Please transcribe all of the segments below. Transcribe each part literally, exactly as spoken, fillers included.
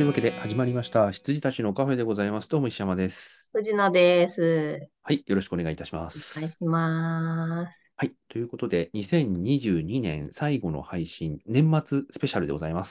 というわけで始まりました。羊たちのカフェでございます。どうも石山です。 藤野です。 はい、よろしくお願いいたしまお願いしす。 ます。 はい、ということで、にせんにじゅうにねん最後の配信、年末スペシャルでございます。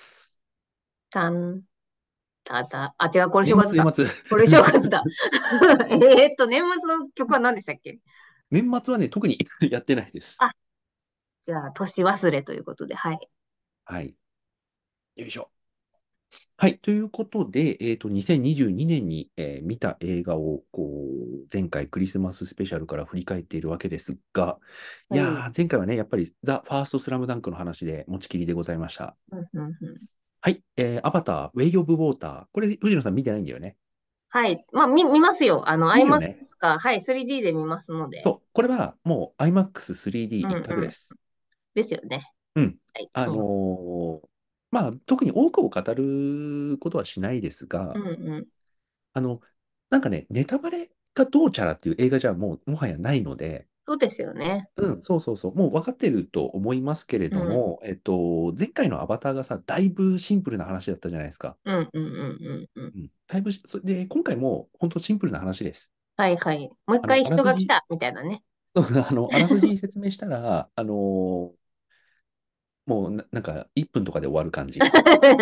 たん、たた、あ、違う、これ正年末、 月か。 年末。 これ正月だ。えーっと、年末の曲は何でしたっけ？ 年末はね、特にやってないです。 あ、じゃあ、年忘れということで、はい。 はい、よいしょ。はい、ということで、えっと、にせんにじゅうにねんに、えー見た映画を、こう、前回クリスマススペシャルから振り返っているわけですが、いはい。 やー、前回はね、やっぱりザ・ファーストスラムダンクの話で持ちきりでございました。 うんうんうん、 はい。えー、アバター、ウェイ・オブ・ウォーター。これ、藤野さん見てないんだよね。 はい。まあ、み、見ますよ。あの、 見るよね。 IMAX か、はい、スリーディー で見ますので。 そう。これはもう IMAX スリーディーうん一択うん。 です。 ですよね。 うん。 はい。 あのうん。 ーまあ、特に多くを語ることはしないですが、 うんうん。 あの、なんかね、ネタバレがどうちゃらっていう映画じゃもう、もはやないので、 そうですよね。 うん、そうそうそう。もう分かってると思いますけれうん。 ども、えっと、前回のアバターがさ、だいぶシンプルな話だったじゃないですか。 うんうんうんうんうん。 うん。だいぶし、そで、今回も本当シンプルな話です。 はいはい。もう一あの、 回あらすじ、 人が来た、みたいなね。 あの、あらすじ説明したら、あのーもうな、なんかいっぷんとかで終わる感じ。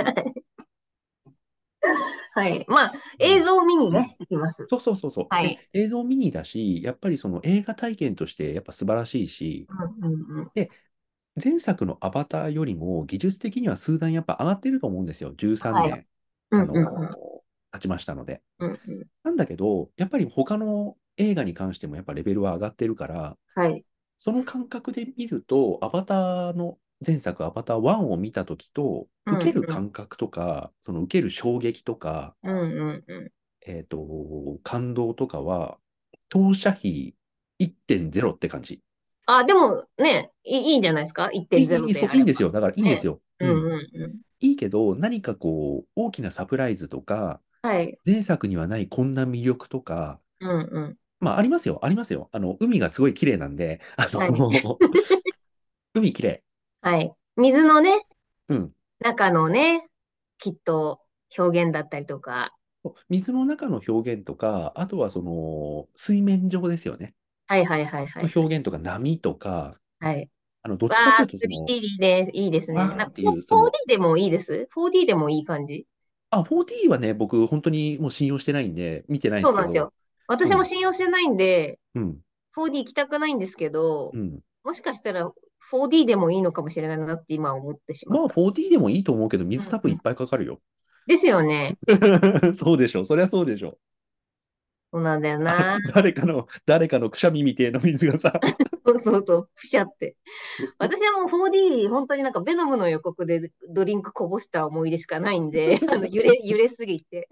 はい。まあ、 うん。 映像を見にね、行きます。 そうそうそうそう。で、 はい。 映像見にだし、やっぱりその映画体験としてやっぱ素晴らしいし、 うんうんうん。 で、前作のアバターよりも技術的には数段やっぱ上がってると思うんですよ。13 はい。 年、 うんあのうんうん。 ー経ちましたので。 うんうん。 なんだけど、やっぱり他の映画に関してもやっぱレベルは上がってるから、 はい。 その感覚で見ると、アバターの前作、アバターワンを見たときと、 うん受けるうん。 感覚とか、その受ける衝撃とか、 うんうんうん。 えっと、感動とかは、投射費いってんゼロって感じ。 あ、でもね、いい、いいんじゃないですか？ いいってんゼロい、いい、そう、 であれば。 いいんですよ。だからいいんですね。 よ。 うんうん。 うんうん。 いいけど、何かこう、大きなサプライズとか、 はい。 前作にはないこんな魅力とか、 うんうん。 まあ、ありますよ、ありますよ。あの、海がすごい綺麗なんで、あはい。 の、海綺麗。 はい。水のね、 うん。 中のね、きっと表現だったりとか。 水の中の表現とか、あとはその、水面上ですよね。 はいはいはいはいはい。 の表現とか、波とか、 はい。 あの、どっわあ、 ちかというと、その、 スリーディー でいいですね。なんかわーっていう、その、 フォーディー でもいいです ?フォーディー でもいい感じ？ あ、フォーティーはね、僕、本当にもう信用してないんで、見てないんですけど、 そうなんですよ。私もうん、 信用してないんで、 うん、 フォーディー 行きたくないんですけど、 うん。 もしかしたら フォーディー でもいいのかもしれないなって今思ってしままあ、 った。 フォーティーでもいいと思うけど、水多分いっうんうん。 ぱいかかるよ。 ですよね。 そうでしょ。そりゃそうでしょ。 そうなんだよあの、 な。 誰かの、誰かのくしゃみみたいな水がさ、 そうそうそう、ふしゃって。私はもう フォーディー、本当になんかベノムの予告でドリンクこぼした思い出しかないんで、あの揺れ、揺れすぎて。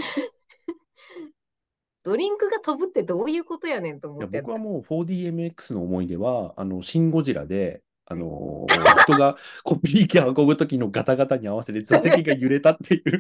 ドリンクが飛ぶってどういうことやねんといや、 思ってんだ。 僕はもう フォーディーエムエックス の思い出は、あの、シン・ゴジラで、あのー人がコピー機運ぶ時のガタガタに合わせて座席が揺れたっていう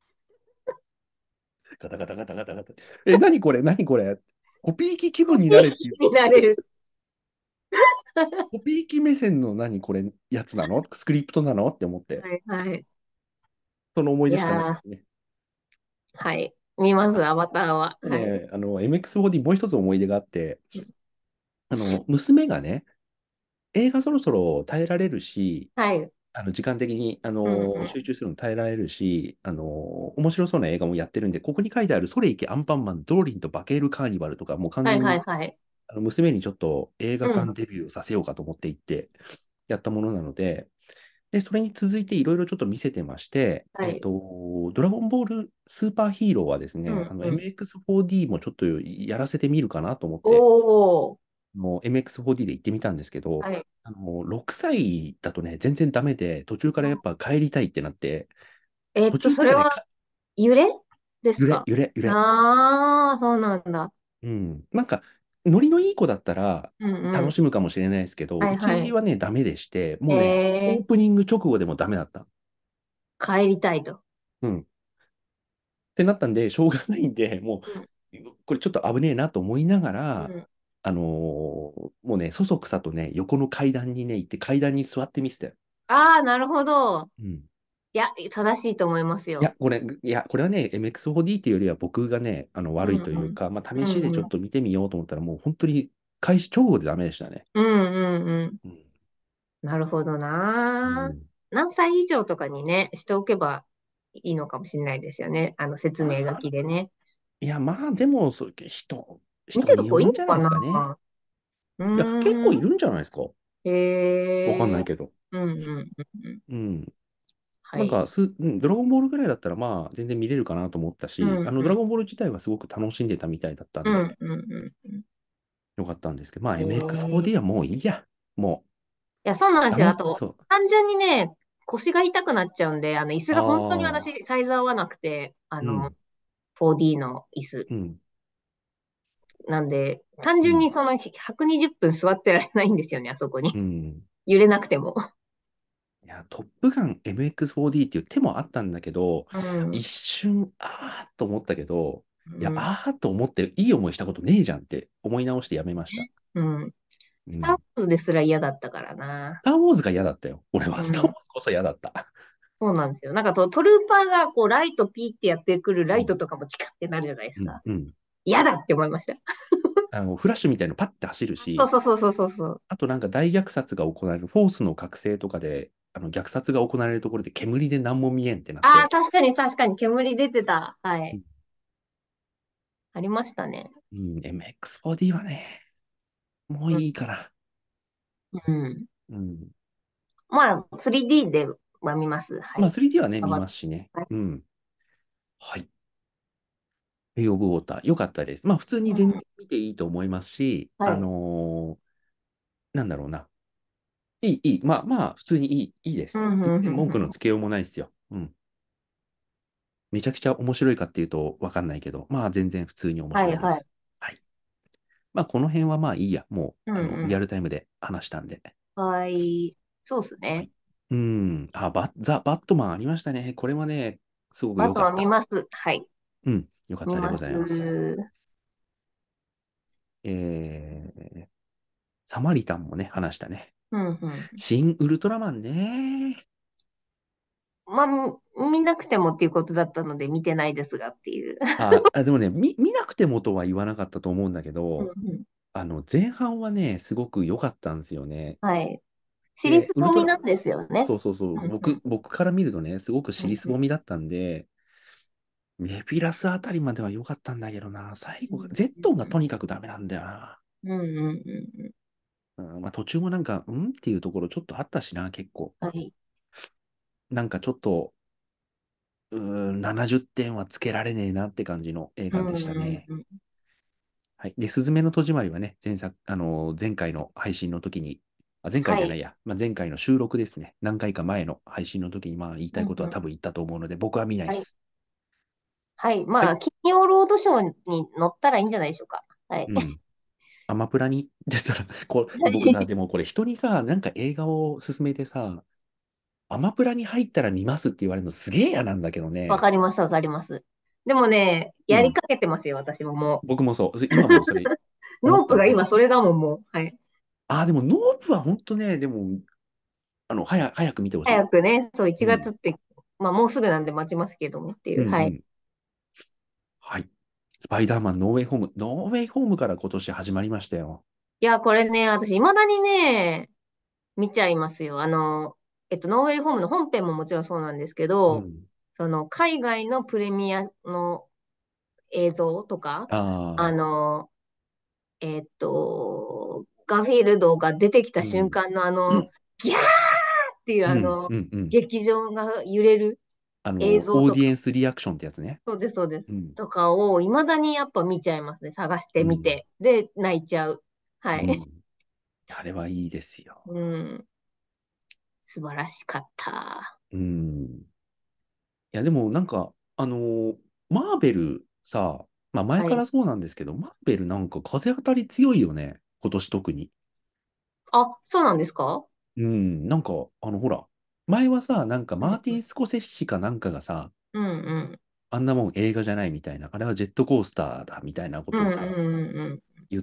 ガタガタガタガタガタ。え、何これ何これコピー機気分にコピーなれっていう。 機になれる。 コピー機目線の何これやつなのスクリプトなのって思って。 はいはい。 その思いい出しかないでやー、 すね。 はい。見まあす、アバターは。 とはい。 ね、あの、エムエックスフォーディー もう一つ思い出があって、あの、娘がね、映画そろそろ耐えられるし、 はい。 あの時間的にあうんの集うん。 中するの耐えられるし、あの面白そうな映画もやってるんで、ここに書いてあるそれいけアンパンマン、ドロリンとバケールカーニバルとか、もう完はい全にはいはい。 あの娘にちょっと映画館うん。 デビューをさせようかと思って行ってやったものなので、で、それに続いていろいろちょっと見せてまして、えっはい。 と、ドラゴンボールスーパーヒーローはですね、あのうんうん。 エムエックスフォーディー もちょっとやらせてみるかなと思って、 おー。 もう エムエックスフォーディー で行ってみたんですけど、 はい。 あの、ろくさいだとね、全然ダメで、途中からやっぱ帰りたいってなって、 えっと、 途中からね、 それはか揺れです揺れ、 か？ 揺れ、揺れ。 ああー、そうなんだ。 うん。なんか、ノリのいい子だったらうんうん。 楽しむかもしれないですけど、うはいはい。 ちはね、ダメでして、もうね、オーえプニング直後でもダメだった。 ー、帰りたいと。 うん。ってなったんで、しょうがないんで、もうんう、これちょっと危ねえなと思いながら、 うん。 あのーもうね、そそくさとね、横の階段にね、行って階段に座ってみせたよ。 ああ、なるほど。 うん。 いや、正しいと思いますよ。 いや、これ、いや、これはね、エムエックスフォーディー っていうよりは僕がね、あの悪いうんうん。 というか、まあ、試しでうんうん。 ちょっと見てみようと思ったら、もう本当に開始直後でダメでしたね。 うんうんうん。 うん。 なるほどな。 うん、 何歳以上とかにね、しておけばいいのかもしれないですよね。あの説明書まあ、 きでね。 いや、まあ、でも、そう人、人見てる子によるんじゃないいいのかな。 ですかね。 ういや、結構ーん。 いるんじゃないですか。わかんへえ。 ないけど。 うんうんうんうん。 うん。 はい。 なんかす、うん、ドラゴンボールぐらいだったら、まあ、全然見れるかなと思ったし、あの、ドラうんうん。 ゴンボール自体はすごく楽しんでたみたいだったんで、 うんうんうんうん。 よかったんですけど、まあ、 へえ。 エムエックスフォーディー はもういいや。もいや、そうなんでう、 すよ。 楽し、 あと、 そう。 単純にね、腰が痛くなっちゃうんで、あの、椅子が本当にああ、 私、サイズ合わなくて、あの、 うん、 フォーディー の椅子。 うん、 なんで、単うん、 純にそのひゃくにじゅっぷん座ってられないんですよね、あそこに。 うん。 揺れなくても。 いや、トップガン エムエックスフォーディー っていう手もあったんだけど、 うん。 一瞬、あーと思ったけど、いや、 うん。 あーと思っていい思いしたことねえじゃんって思い直してやめました。 うん。スター・ウォうん。 ーズですら嫌だったからな。 スター・ウォーズが嫌だったよ。俺は。スター・ウォーうん。 ズこそ嫌だった。 そうなんですよ。なんかと、トルーパーがこう、ライトピーってやってくるラうん、 イトとかもチカってなるじゃないですうん、 か。 うん。 嫌だって思いました。 あの、フラッシュみたいのパッて走るし、 そうそうそうそうそうそう。 あとなんか大虐殺が行われる、フォースの覚醒とかで、あの虐殺が行われるところで煙で何も見えんってなっああ、 て、 確かに確かに煙出てた。はい。 うん、 ありましたね。 うん、エムエックスフォーディー はね、もううん。 いいから。 うん。 うん。 まあ、スリーディー では見ます。はまあ、 い。 スリーディー はね、見あばますしね。 はい。 うん。はい。ペイオブウォーター、よかったです。まあ、普通に全然うん。 見ていいと思いますし、あはい。 のーなんだろうな。いい、いい。まあまあ、普通にいい、いいです。 うん、うん、うん。 全然文句のうん。 つけようもないですよ。うん。めちゃくちゃ面白いかっていうとわかんないけど、まあ全然普通に面はい、はい。 白いです。はい。まあこの辺はまあいいや。もうん、 う、あの、リアうん。 ルタイムで話したんで。 はい。そうですね。 はい。うん。あ、バ、ザ・バットマンありましたね。これはね、すごくバトは良かった。 見ます。はい。 うん。良かったでご見ます。 ざいます。 うえー、サマリタンもね、話したね。 ん、うん。 新ウルトラマンね。 まあ、み見なくてもっていうことだったので見てないですがっていう。 あ、あ、でもね、見、見なくてもとは言わなかったと思うんだけうん、 ど、 うん。 あの、前半はね、すごく良かったんですよね。 はい。尻で、 すウルトラ、 ぼみなんですよね。 そうそうそう、 うん、う僕、 ん。 僕から見るとね、すごくうん、 尻すうん。 ぼみだったんで、メフィラスあたりまでは良かったんだけどな、最後が、 うん、 ゼットンがとにかくダメなんだよな。 うん、うん。うん。 うん、まあ途中もなんか、うんっていうところちょっとあったしな、結構。 はい。 なんかちょっと、うーん、ななじゅってんはつけられねえなって感じの映うん、 画でしたうん。 ね。 うん。 はい。で、すずめの戸締まりはね、前作、あのー前回の配信の時に、あ、前回はい。 じゃないや、まあ、前回の収録ですね。何回か前の配信の時に、まあ言いたうん、うん。 いことは多分言ったと思うので、僕は見ないではい。 す。 はい。まあ、 はい。 金曜ロードショーに乗ったらいいんじゃないでしょうか。はい。 うん。アマプラに、出たら、こう、 は僕さ、 い。 でもこれ人にさ、なんか映画を勧めてさ、アマプラに入ったら見ますって言われるのすげえ嫌なんだけどね。 わかります、わかります。でもね、 うん。 やりかけてますよ、私もも僕もそう。今もそれう。ノープが思ったもん。 今それだもん、もう。はい。 ああ、でもノープは本当ね、でも、あの、早、早く見てほしい。 早くね、そう、1 うん。 月って、まあもうすぐなんで待ちますけどもっていう。はい。 うんうん。はい。スパイダーマンノーウェイホーム。ノーウェイホームから今年始まりましたよ。 いや、これね、私、未だにね、見ちゃいますよ。あの、えっと、ノーウェイホームの本編ももちろんそうなんですけど、 うん。 その、海外のプレミアの映像とか、あああ、 の、えっと、ガフィールドが出てきた瞬うん。 間のあの、 うん、 ギャーっていううん、 あの、 うん、うん。 劇場が揺れる映あの、 像とか、 オーディエンスリアクションってやつね。 そうです、そうです。 うん。 とかを、未だにやっぱ見ちゃいますね。探してうん。 みて。で、泣いちゃう。はい。 うん。あれはいいですよ。 うん。素晴らしかった。 うん。いや、でもなんか、あのーマーベルさ、まあ前はい。 からそうなんですけど、マーベルなんか風当たり強いよね。今年特に。 あ、そうなんですか？ うん。なんか、あの、ほら、前はさ、なんかマーティン・うんうん。 スコセッシかなんかがさ、 うんうん。 あんなもん映画じゃないみたいな、あれはジェットコースターだみたいなこうんうんとをさ、 うんうん。 言って、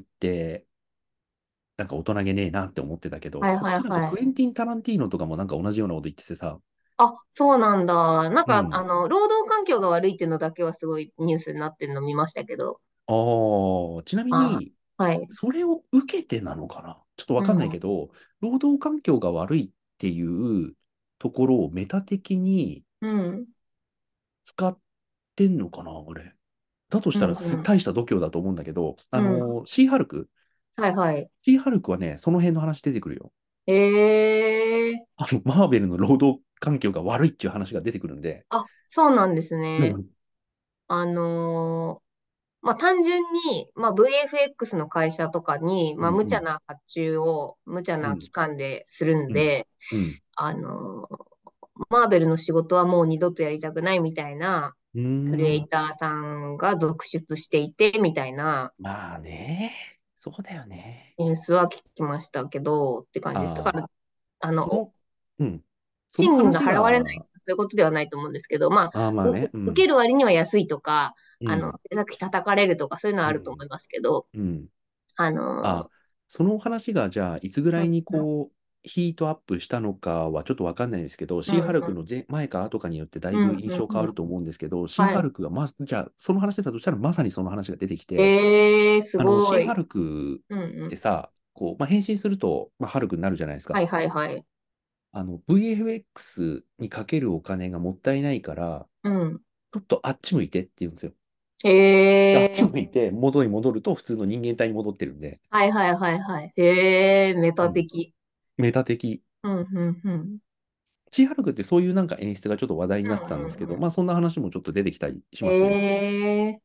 なんか大人げねえなって思ってたけど、 はい今年なんかはいはい。 クエンティン・タランティーノとかもなんか同じようなこと言っててさ、 あ、そうなんだ。なんか、あうん。 の、労働環境が悪いっていうのだけはすごいニュースになってるの見ましたけど。 ああ、ちなみあ、 に、 はい。 それを受けてなのかなちょっとわかんないうん。 けど、労働環境が悪いっていうところをメタ的にうん。 使ってんのかなあれ。だとしうん。 たらすうん。 大した度胸だと思うんだけど、あうん。 の、シーハルク、 はいはい。 シーハルクはね、その辺の話出てくるよ。 ええ。 あの、マーベルの労働環境が悪いっていう話が出てくるんで、 あ、そうなんですね。 うん、 あのーまあ、単純に、まあ、ブイエフエックス の会社とかに、まあ、 うん、うん、 無茶な発注を無茶うん、 な期間でするんうん、 で、 うん。 あのーマーベルの仕事はもう二度とやりたくないみたいなうークリエイん、 ターさんが続出していてみたいなまあね、そうだよね。 ニュースは聞きましたけどって感じです。だかああ、 ら、あの、 その、うん、その賃金が話払われないが、 とかそういうことではないと思うんですけど、まあ、 ああ、まあうね、うん、 受ける割には安いとか、あの、 うん、 手先叩かれるとかそういうのはあると思うん、 いますけど、 うん。 ああ、 の、 その話が、じゃあ、いつぐらうん、 いにこう、ヒートアップしたのかはちょっとわかんないですけど、 うん、 シーハルクの前前か後かによってだいうん、 ぶうん、 印象変うん。 わると思うんですけど、シーはい。 ハルクがま、じゃあ、その話だとしたらまさにその話が出てきて、 えー、すあの、 ごい。 シーハルクうん、うん。 ってさ、こう、まあ、変身すると、まあ、ハルクになるじゃないですか。 はい、はい、はい。 あの、ブイエフエックス にかけるお金がもったいないから、 うん。 ちょっとあっち向いてって言うんですよ。であっちえー、 向いて、元に戻ると普通の人間体に戻ってるんで、 はい、はい、はい、はい。えー、メうん、 タ的。 メタ的。 うん、うん、うん。 シーハルクってそういうなんか演出がちょっと話題にうん、 なってたんですけど、 うん、 まあそんな話もちょっと出てきたりしうん。 ますよ。 えー、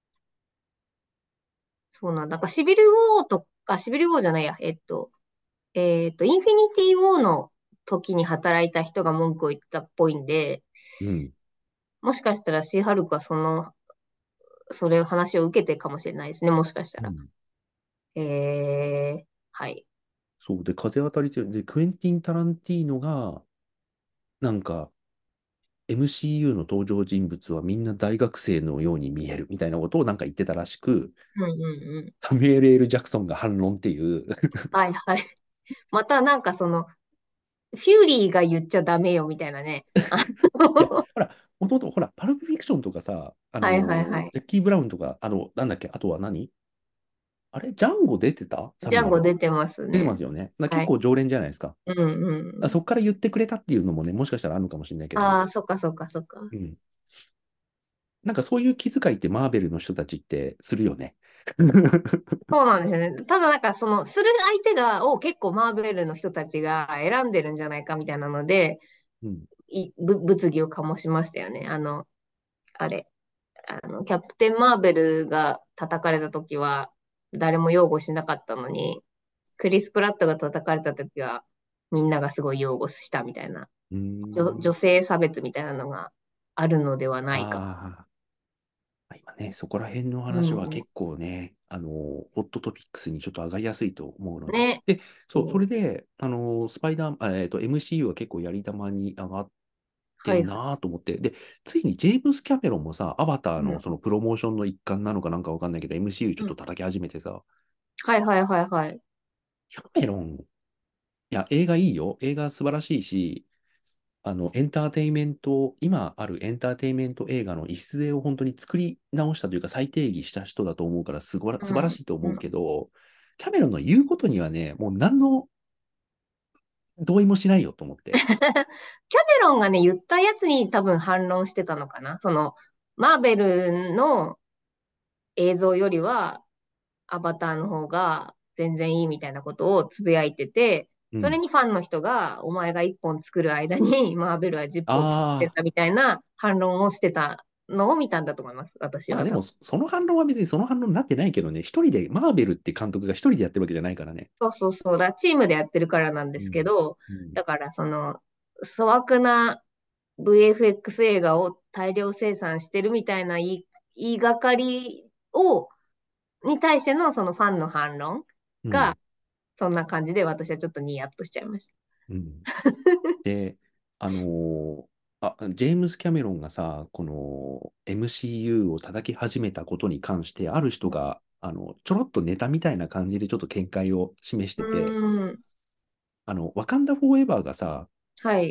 そうなんだ。なんかシビルウォーとか、シビルウォーじゃないや。えっと、えっと、インフィニティウォーの時に働いた人が文句を言ってたっぽいんで、 うん。 もしかしたらシーハルクはその、それを話を受けてかもしれないですね。もしかしたら。 うん。 えー、はい。 そうで、風当たり強い。で、クエンティン・タランティーノが、なんか、エムシーユー の登場人物はみんな大学生のように見えるみたいなことをなんか言ってたらしく、 うんうんうん。 サミュエル・エル・ジャクソンが反論っていうはいはい。またなんかその、フューリーが言っちゃダメよみたいなね。あいや、 のほら、もともと、ほら、パルプフィクションとかさ、あはいはいのはい。 ジャッキー・ブラウンとか、あの、なんだっけ、あとは何あれジャンゴ出てたサジャンミュエル。 ゴ出てます出てまね。 すよね。だからはい。 結構常連じゃないですか。 うんうんうん。 あそこから言ってくれたっていうのもね、もしかしたらあるのかもしれないけど、 ああ、そっかそっかそっか。 うん。なんかそういう気遣いってマーベルの人たちってするよね。 そうなんですよね。ただなんかその、する相手が、を結構マーベルの人たちが選んでるんじゃないかみたいなので、 うん。 い、ぶ物議を醸しましたよね。あの、あれ。あの、キャプテン・マーベルが叩かれた時は、誰も擁護しなかったのに、クリス・プラットが叩かれた時は、みんながすごい擁護したみたいな、 うー女、女ん。 性差別みたいなのがあるのではないか。 ああ、今ね、そこら辺のうん。 話は結構ね、あの、ホットトピックスにちょっと上がりやすいと思うので。 ね。 で、そう、そそう。 れで、あの、スパイダー、あえっと、エムシーユー は結構やり玉に上がってんはいはい。 なと思って。で、ついにジェームス・キャメロンもさ、アバターうん。 のそのプロモーションの一環なのかなんかわかんないけど、エムシーユー ちょっうん。 と叩き始めてさ、 はいはいはいはい。 キャメロン、いや、映画いいよ。映画素晴らしいし、あの、エンターテインメント、今あるエンターテインメント映画の礎を本当に作り直したというか再定義した人だと思うからすごら素晴らうん。 しいと思ううん。 けど、キャメロンの言うことにはね、もう何の同意もしないよと思って。 キャメロンがね、言ったやつに多分反論してたのかな。その、マーベルの映像よりは、アバターの方が全然いいみたいなことをつぶやいてて、 うん。 それにファンの人が、お前がいっぽん作る間に、マーベルはじゅっぽん作ってああ、 たみたいな反論をしてたのを見たんだと思います。私まあでも、 は多分。 そその反論は別にその反論になってないけどね、一人で、マーベルって監督が一人でやってるわけじゃないからね。 そうそうそうだ。チームでやってるからなんですけうん。 ど、 うん。 だからその、粗悪な ブイエフエックス 映画を大量生産してるみたいな言い、言いがかりを、に対してのそのファンの反論うん。 が、そんな感じで私はちょっとニヤッとしちゃいました。 うん。で、あのーあ、ジェームス・キャメロンがさ、この エムシーユー を叩き始めたことに関して、ある人が、あの、ちょろっとネタみたいな感じでちょっと見解を示しうてて、 ーん。 あの、ワカンダ・フォーエバーがさ、 はい。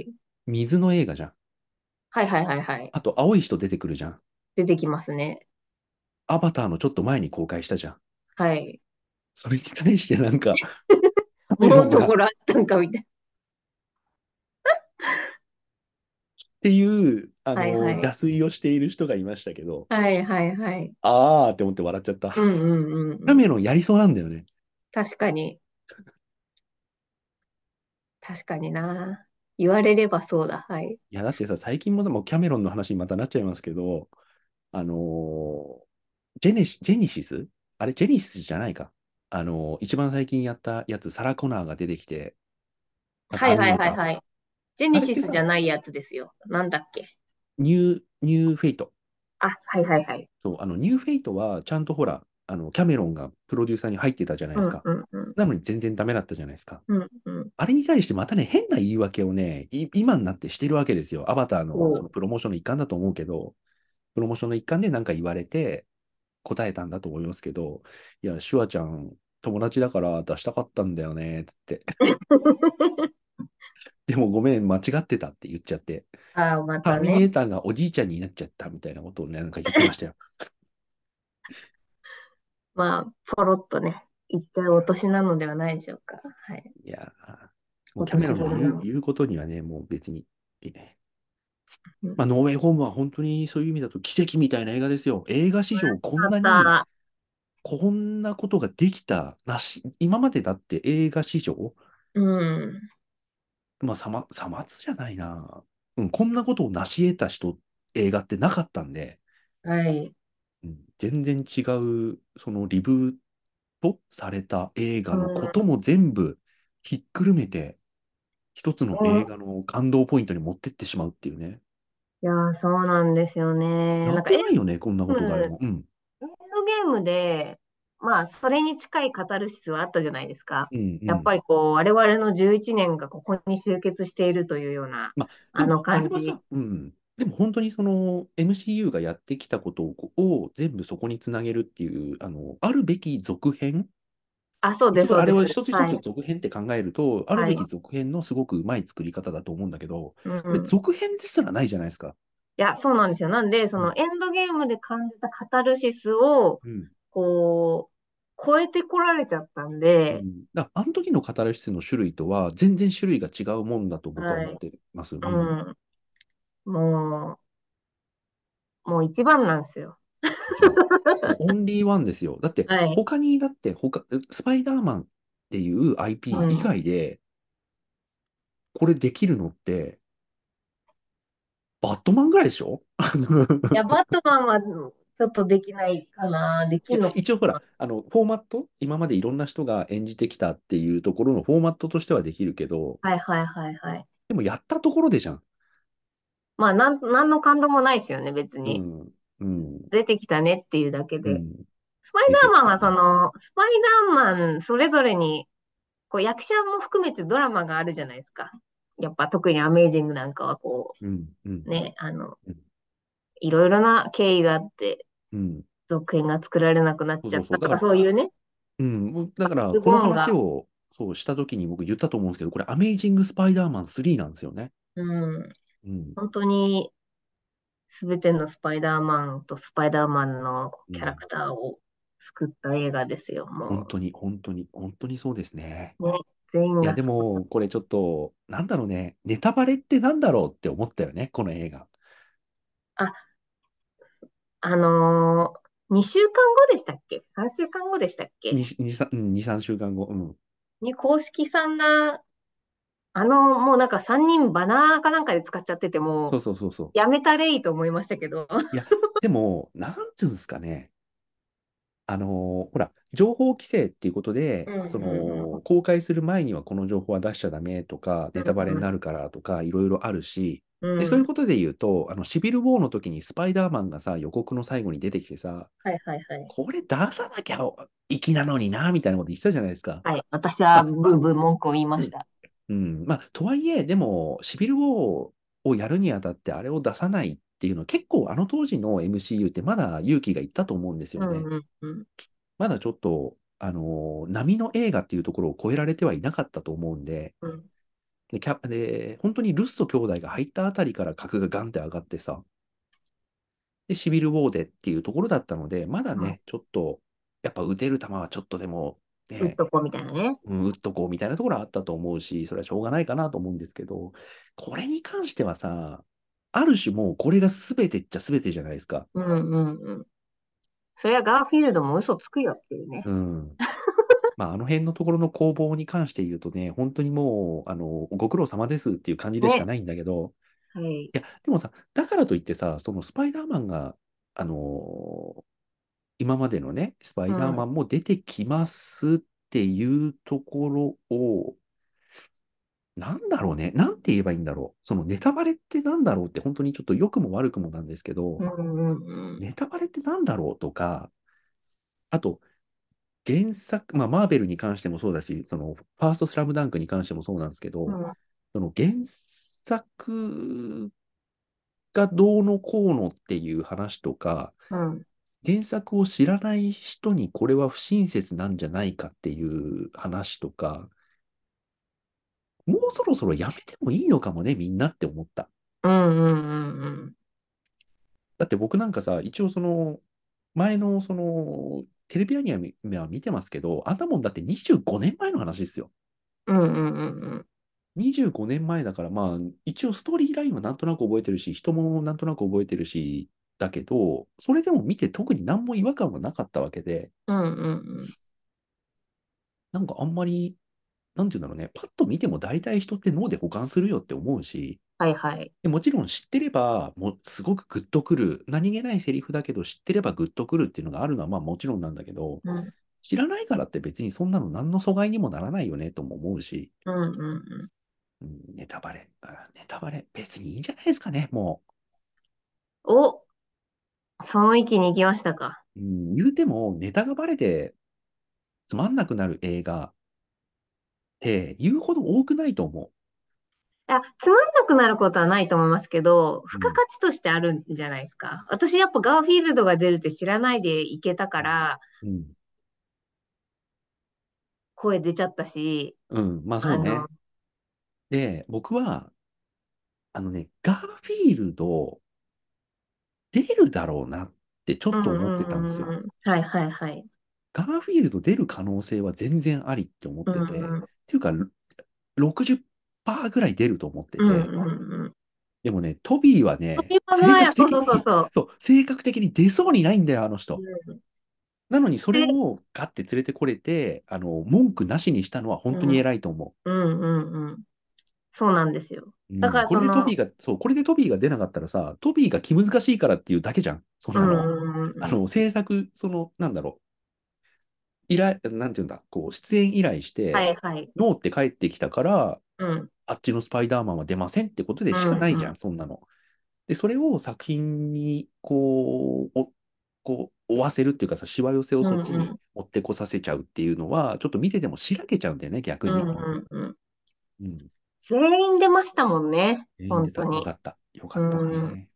水の映画じゃん。 はいはいはいはい。 あと、青い人出てくるじゃん。 出てきますね。 アバターのちょっと前に公開したじゃん。 はい。 それに対してなんか、カメ思うロンがっところあったんかみたいていう、あな。はいの、 はい。 邪推をしている人がいましたけど、 はいはいはい。 あーって思って笑っちゃった。 うんうんうんカうん。 メロンやりそうなんだよね。 確かに。確かにな。言われればそうだ。はい。 いや、だってさ、最近もさ、もうキャメロンの話にまたなっちゃいますけど、あのージェネシ、ジェニシスあれ、ジェニシスじゃないか。あのー一番最近やったやつ、サラ・コナーが出てきて、なんかはいはいアニメーター。 はいはい。ジェネシスじあれってさ、 ゃないやつですよ。なんだっけ。 ニュー、ニューフェイト。 あ、はいはいはい。 そう、あの、ニューフェイトは、ちゃんとほら、あの、キャメロンがプロデューサーに入ってたじゃないうんですか。 うんうん。 なのに全然ダメだったじゃないですか。 うんうん。 あれに対してまたね、変な言い訳をね、い今になってしてるわけですよ。アバターのそのおう。 プロモーションの一環だと思うけど、プロモーションの一環で何か言われて答えたんだと思いますけど、いや、シュワちゃん、友達だから出したかったんだよね、つって。でもごめん、間違ってたって言っちゃって、 ああ、まターミネたね。 ーターがおじいちゃんになっちゃったみたいなことをね、なんか言ってましたよ。 まあ、ポロッとね、言っちゃうお年なのではないでしょうか。はい。 いやー、もうおキャメロンの年頃なの。 言う言うことにはね、もう別にいいね。 うん。 まあ、ノーウェイホームは本当にそういう意味だと奇跡みたいな映画ですよ。映画史上こんあっなに、 た。 こんなことができたなし、今までだって映画史上、 うん。 まあ、さま、さまつじゃないな。うん、こんなことを成し得た人、映画ってなかったんで、 はい。 うん、全然違う、そのリブートされた映う画のことん。 も全部ひっくるめて、一つの映うん。 画の感動ポイントに持ってってしまうっていうね。 いやー、そうなんですよね。 やっなんかエン、 てないよね、こんなこうん、エンと誰も。うん。 ドゲームで、まあ、それに近いカタルシスはあったじゃないですか。 うん、うやっん。 ぱりこう、我々のじゅういちねんがここに集結しているというような、 まあ、でも、 あの感じ。 あれはさ、うん。でも本当にその エムシーユー がやってきたことを、を全部そこにつなげるっていう、あの、あるべき続編あ、そうです、 結局、あれそうです。 を一つ一はい。 つ続編って考えると、あるはい。 べき続編のすごくうまい作り方だと思うんだけど、 うん。 これ続編ですらないじゃないですか。 いや、そうなんですよ。なんで、そうん。 のエンドゲームで感じたカタルシスを、 うん。 こう、超えてこられちゃったんで、 うん。だから、あの時のカタルシスの種類とは、全然種類が違うもんだと僕ははい。 思ってます。ううん。 ん。もう、もう一番なんですよ。 一番。もうオンリーワンですよ。だって、 はい。 他に、だって、他、スパイダーマンっていううアイピー 以ん。 外で、これできるのって、バットマンぐらいでしょ？ いや、バットマンはちょっとできないかな。でいや、 きんのか一応ほら、 な。 あの、フォーマット、今までいろんな人が演じてきたっていうところのフォーマットとしてはできるけど、 はいはいはいはい。 でもやったところでじゃん。 まあ、なん、なんの感動もないですよね、別に。 うん、うん、 出てきたねっていうだけで。 うん。 スパイ出てダーマンはそきたね。 の、スパイダーマンそれぞれに、こう役者も含めてドラマがあるじゃないですか。やっぱ特にアメイジングなんかはこうん、うん、 う、ね、あの、 うん。 いろいろな経緯があって、 うん。 続編が作られなくなっそうそうそう。 ちゃったとか、 だから、 そういうね、 うん、だから、 部この分が、 話を、そうしたときに僕言ったと思うんですけど、これ、アメイジング・スパイダーマンスリーなんですよね。 うん、 うん、 本当にすべてのスパイダーマンとスパイダーマンのキャラうん。 クターを作った映画ですよ、も本当に、本当に、本当にそうですね。 う。ね、全員いや、 がそこ。 でも、これちょっと、なんだろうね。ネタバレってなんだろうって思ったよね、この映画。 あ、あのー、にしゅうかんごでしたっけ？ さん 週間後でしたっけ？ に、に、さん、うんに、さんしゅうかんご。うん。 に公式さんが、あの、もうなんかさんにんバナーかなんかで使っちゃってて、もう、 そうそうそうそう。 やめたれいと思いましたけど。 いや、でも、なんつうんですかね。あのーほら、情報規制っていうことで、 うんそうんの、公開する前にはこの情報は出しちゃダメとか、ネタバレにうんなるからとか、いろいろあるし、で、 うんうん。 そういうことで言うと、あの、シビル・ウォーの時にスパイダーマンがさ、予告の最後に出てきてさ、 はいはいはい。 これ出さなきゃ粋なのにな、みたいなこと言ってたじゃないですか。 はい。私はまあ、 ブーブー文句を言いました。 うん。まあ、とはいえ、でも、シビル・ウォーをやるにあたって、あれを出さないっていうのは、結構あの当時の エムシーユー ってまだ勇気がいったと思うんですよね。 うんうんうん。 まだちょっと、あのー波の映画っていうところを超えられてはいなかったと思うんで、 うんで、キャで、本当にルッソ兄弟が入ったあたりから格がガンって上がってさ、で、シビル・ウォーでっていうところだったので、まだうん。 ね、ちょっと、やっぱ打てる球はちょっとでも、ね、 打っとこうみたいなね。 うん、打っとこうみたいなところはあったと思うし、それはしょうがないかなと思うんですけど、これに関してはさ、ある種もうこれが全てっちゃ全てじゃないですか。 うんうんうん。そりゃガーフィールドも嘘つくよっていうね。 うん。まあ、あの辺のところの攻防に関して言うとね、本当にもう、あの、ご苦労様ですっていう感じでしかね。 ないんだけど、 はい。 いや、でもさ、だからといってさ、そのスパイダーマンが、あの今までのね、スパイダーマうん。 ンも出てきますっていうところを、なんだろうね、なんて言えばいいんだろう。そのネタバレってなんだろうって本当にちょっと良くも悪くもなんですけど、 うんうんうん。 ネタバレってなんだろうとか、あと、原作、まあ、マーベルに関してもそうだし、その、ファーストスラムダンクに関してもそうなんですけど、 うん。 その原作がどうのこうのっていう話とか、 うん。 原作を知らない人にこれは不親切なんじゃないかっていう話とか、もうそろそろやめてもいいのかもね、みんなって思った。 うんうんうんだって僕なんかさ、一応その、前のその、テレビアニメは見てますけど、あんなもんだってにじゅうごねんまえの話ですよ。 うん。うんうんうんうん。 にじゅうごねんまえだから、まあ、一応ストーリーラインはなんとなく覚えてるし、人もなんとなく覚えてるし、だけど、それでも見て特に何も違和感はなかったわけで、 うんうんうん。 なんかあんまり、なんていうんだろうね、パッと見ても大体人って脳で保管するよって思うし、 はいはい。 でもちろん知ってれば、もうすごくグッとくる、何気ないセリフだけど知ってればグッとくるっていうのがあるのはまあもちろんなんだけど、 うん。 知らないからって別にそんなの何の阻害にもならないよねとも思うし、 うんうんうん。 うん、ネタバレ、あネタバレ、別にいいんじゃないですかね、もお、その域に行きましたか。 う。うん、言うても、ネタがバレてつまんなくなる映画って言うほど多くないと思いや、つまんなくなることはないと思いますけど、 う。う付加ん。 価値としてあるんじゃないですか。私やっぱガーフィールドが出るって知らないでいけたから、 うん。 声出ちゃったし、 うん。まあそあの、 うね。で、僕は、あのね、ガーフィールド出るだろうなってちょうんうっと思ってたんですよ。 んうんうん。はいはいはい。 ガーフィールド出る可能性は全然ありって思っうんてて、 うん。 っていうか、ろくじゅっパーセントぐらい出ると思ってうんて、 うんうん。 でもね、トビーはね、 今のは、 性格そうそう的にそうそそう、性格的に出そうにないんだよ、あのう。 人。 うん、 なのにそれで、 をガッて連れてこれて、あの、文句なしにしたのは本当にうん、 偉いと思うんうんうん。そうなんですよ。 う。うだかん、これらその、 でトビーが、そう、これでトビーが出なかったらさ、トビーが気難しいからっていうだけじゃん。そんうんなの。 うんうんうん。 あの、制作、その、なんだろう、依頼、なんていうんだ、こう、出演依頼して、 はいはい。 ノーって帰ってきたから、 うん、 あっちのスパイダーマンは出ませんってことでうしかないじゃん、 んうん。 そんなの。で、それを作品に、こう、お、こう、追わせるっていうかさ、しわ寄せをうそっちにんうん。 持ってこさせちゃうっていうのは、ちょっと見ててもしらけちゃうんだよね、逆に。 うんうんうん。 うん。 全員出ましたもんね。 全員出た。よ本当に。 かった。よかうったん。っね。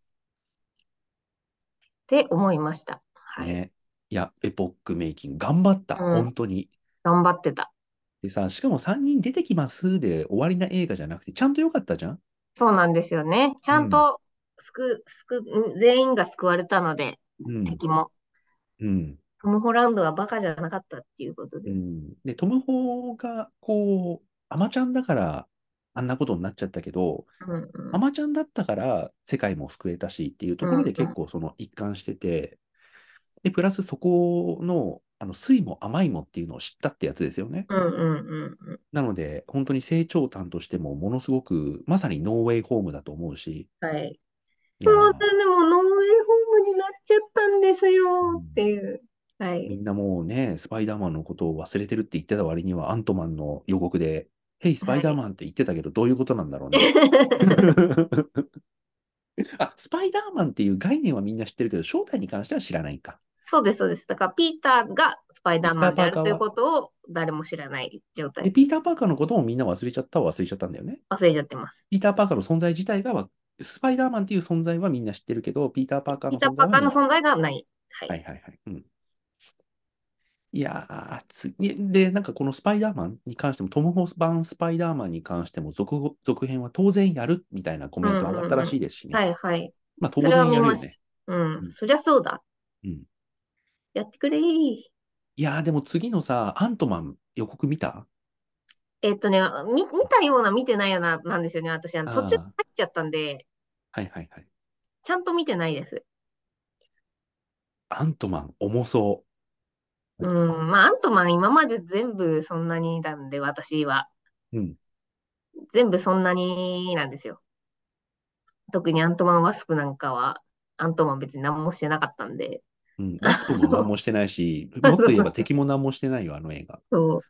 て思いました。はい。 ね。いや、エポックメイキング、頑張った。 うん。 本当に。 頑張ってた。 でさ、しかもさんにん出てきますで終わりな映画じゃなくて、ちゃんとよかったじゃん。 そうなんですよね。ちうん。 ゃんと、救、救、全員が救われたので、 うん。 敵も。 うん。 トム・ホランドはバカじゃなかったっていうことで。 うん。で、トム・ホーが、こう、アマちゃんだから、あんなことになっちゃったけど、 うんうん。 アマちゃんだったから世界も救えたしっていうところでうんうん。 結構その一貫してて、で、プラスそこの、あの、酸いも甘いもっていうのを知ったってやつですよね。 うんうんうんうん。 なので、本当に成長譚としてもものすごく、まさにノーウェイホームだと思うし、 はい。そういやー、 でも、ノーウェイホームになっちゃったんですよってうん、 いう。はい。 みんなもうね、スパイダーマンのことを忘れてるって言ってた割には、アントマンの予告で、ヘイ、スパイはい。 ダーマンって言ってたけど、どういうことなんだろうね。あ、スパイダーマンっていう概念はみんな知ってるけど、正体に関しては知らないか。 そうです、そうです。だから、ピーターがスパイダーピーター・マンであるというパーカーは。 ことを誰も知らない状で、 態。 ピーター・パーカーのこともみんな忘れちゃったは忘れちゃったんだよね。 忘れちゃってます。 ピーター・パーカーの存在自体がわ、スパイダーマンっていう存在はみんな知ってるけど、ピーター・パーカーのピーター・パーカーの存在はみんな。 存在がない。はい。 はいはいはい。うん。 いやー、つで、なんかこのスパイダーマンに関しても、トム・ホース版スパイダーマンに関しても続後、続編は当然やるみたいなコうんメント上がったらうんうん。 しいですしね。 はいはい。 まあ当それは見ました。 然やるよね。 うん。 うん。 そりゃそうだ。 うん。 やってくれー。 いやー、でも次のさ、アントマン予告見た？ えっとね、見、見たような見てないような、なんですよね。私、あの、途中あ入っちゃったんで、 あー、はいはいはい。 ちゃんと見てないです。 アントマン重そうん。まあ、アントマン今まで全部そんなになんで、私は。 う。うん。 全部そんなになんですよ。特にアントマン・ワスプなんかは、アントマン別に何もしてなかったんで。 うん。ワスプも何もしてないし、 そうもっと言えばそう敵も何もしてないよ、あの映画。 そう。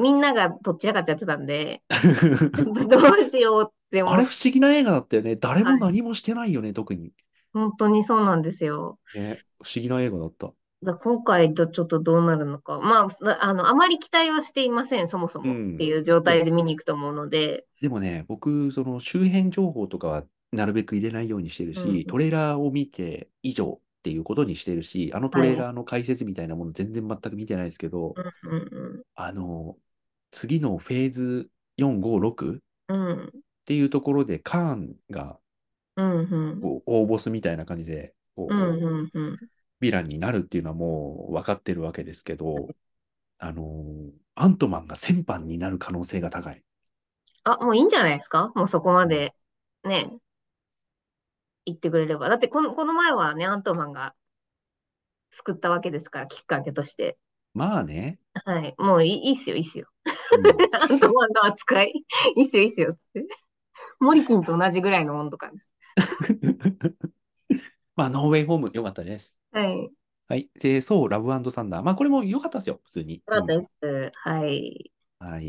みんながどっちらかっちゃってたんで、どうしようってあれ思って、 不思議な映画だったよね。誰はい。 も何もしてないよね、特に。 本当にそうなんですよ。 ね、不思議な映画だった。 だ今回とちょっとどうなるのか。まあ、あの、あまり期待はしていません、そもそもってうん。 いう状いや、 態で見に行くと思うので。 でもね、僕、その周辺情報とかはなるべく入れないようにしてるうん。 し、トレーラーを見て以上っていうことにしてるし、あのトはい。 レーラーの解説みたいなもの全然全く見てないですけど、 うんうんあの、次のフェーズよん、ご、ろくっうん。うん。 ていうところでカーンがうんうん。 こう大ボスみたいな感じでうんこううんうん。 ヴィランになるっていうのはもう分かってるわけですけど、あの、アントマンが戦犯になる可能性が高い。 あ、もういいんじゃないですか、もうそこまうん、 でね、言ってくれれば。だってこの、この前はね、アントマンが救ったわけですから、きっかけとして。 まあね。 はい。もういい、いいっすよ、いいっすよ。 うん。 アントマンの扱い。いいっすよ、いいっすよって。モリキンと同じぐらいの温度感です。 まあ、ノーウェイホーム良かったです。 はい。 はい。で、そう、ラブサンダー。まあ、これも良かったですよ、普通に。 よかったうん。 です。はい。 はい。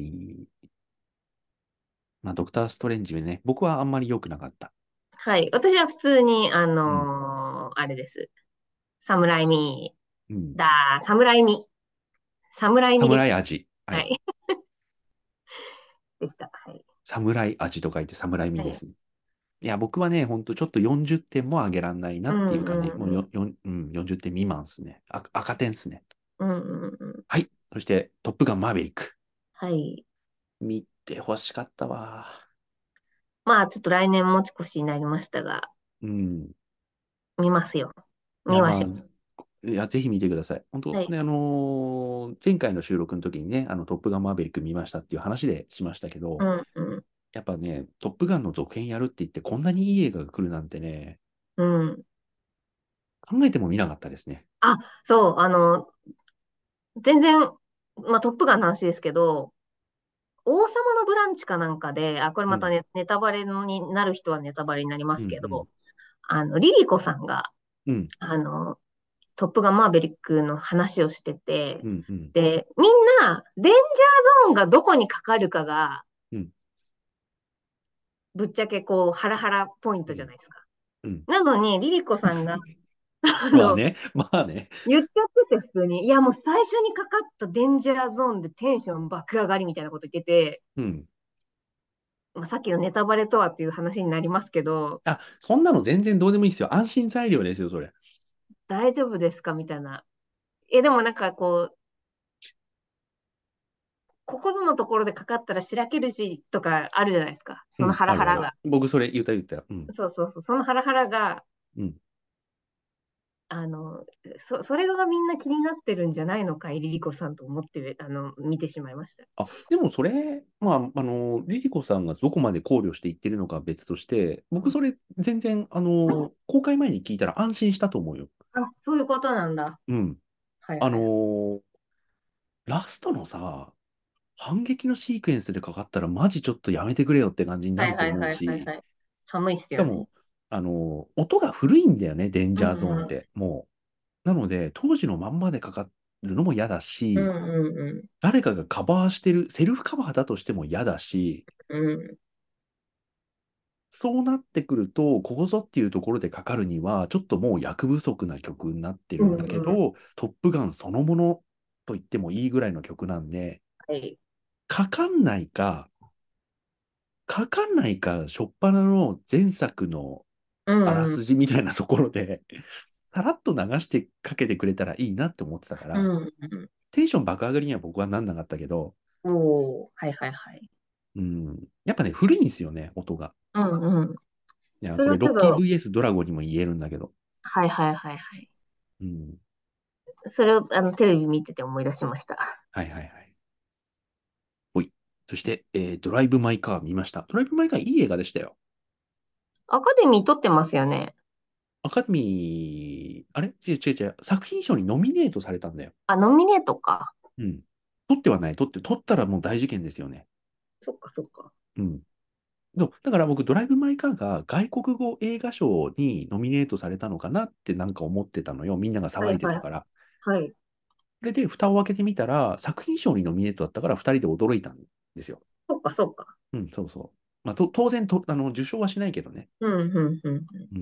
まあ、ドクター・ストレンジね、僕はあんまり良くなかった。 はい。私は普通に、あうん。 のーあれです。サムライミうん。 だ、サムライミ。サムライミでした。 侍味。はい。 はい。でした。はい。 侍味と書いて侍味はい。 ですね。いや、僕はね、ほんとちょっとよんじゅってんも上げらんないなうんっていう感じ。もうよ、 うんうん。 よんうん、よんじゅってん未満ですね。あ、赤点ですね。 うんうんうん。 はい。そして、トップガンマーヴェリック。 はい。 見て欲しかったわ。 まあ、ちょっと来年持ち越しになりましたが、 うん。 見ますよ。 いや、まあ、 見ましょいや、ぜひ見てください。本う。は当、 い。 ね、あのー前回の収録の時にね、あの、トップガンマーヴェリック見ましたっていう話でしましたけど、 うんうん。 やっぱね、トップガンの続編やるって言って、こんなにいい映画が来るなんてね、 うん。 考えてもみなかったですね。 あ、そう、あの、全然、まあ、トップガンの話ですけど、王様のブランチかなんかで、あ、これうん、 またね、ネタバレになる人はネタバレになりまうん、うん、 すけど、あの、リリコさんが、 うん、 あの、トップガンマーヴェリックの話をしてて、 うん、うん、 で、みんな、デンジャーゾーンがどこにかかるかが、 うん、 ぶっちゃけこう、ハラハラポイントじゃうん。 ないですか。 うん。 なのに、リリコさんが、あの、 まあね、まあね。 言っちゃってて普通に、いやもう最初にかかったデンジャーゾーンでテンション爆上がりみたいなこと言ってて、 うん。 まあ、さっきのネタバレとはっていう話になりますけど、 あ、そんなの全然どうでもいいですよ。安心材料ですよ、それ。 大丈夫ですかみたいな。え、でもなんかこう、ここぞのところでかかったらしらけるしとかあるじゃないですか。そのうん、あるある。 ハラハラが。 僕それ言った言った。うん、 そうそうそう。そのハラハラが、 うん。 あの、そ、それがみんな気になってるんじゃないのかい、リリコさんと思って、あの、見てしまいました。 あ、でもそれ、まあ、あの、リリコさんがどこまで考慮して言ってるのかは別として、僕それ全然、あの、公開前に聞いたら安心したと思うよ。 あ、そういうことなんだ。 うん。あはいはい。 の、ラストのさ、反撃のシークエンスでかかったらマジちょっとやめてくれよって感じになるとはいはいはいはい思うし、 はい。寒いっすよね。 しかも、あの、音が古いんだよね、デンうジャーゾーンっんて。もう。なので、当時のまんまでかかるのも嫌だし、 うんうんうん誰かがカバーしてる、セルフカバーだとしても嫌だし、 うんうんそうなってくると、ここぞっていうところでかかるには、ちょっともう役不足な曲になってうんるんだけうん。 ど、トップガンそのものと言ってもいいぐらいの曲なんで、 はい。 かかんないか、かかんないか、初っ端の前作のうあらんうん。 すじみたいなところで、 さらっと流してかけてくれたらいいなって思ってたかうら、 ん。 テンション爆上がりには僕はなんなかったけど、 おー、はいはいはい。 うん、やっぱね、古いんですよね、音が。 うんうん。 いや、 それこれ、ロッキーはけど、 ブイエス ドラゴンにも言えるんだけど、 はいはいはいはい。 うん、 それをあのテレビ見てて思い出しました。 はいはいはい。ほい。そして、えードライブ・マイ・カー見ました。ドライブ・マイ・カーいい映画でしたよ。 アカデミー撮ってますよね。 アカデミー、あれ違う違う違う。作品賞にノミネートされたんだよ。 あ、ノミネートか。 うん。取ってはない。取って、取ったらもう大事件ですよね。 そっかそっか。 うん。そう、だから僕、ドライブ・マイ・カーが外国語映画賞にノミネートされたのかなってなんか思ってたのよ。みんなが騒はいはいいでたから。 はい。 それで、蓋を開けてみたら、作品賞にノミネートだったから、ふたりで驚いたんですよ。 そっかそっか。 うん、そうそう。まあ、と当然とあの、受賞はしないけどね。 うん、うん、うん。 うん。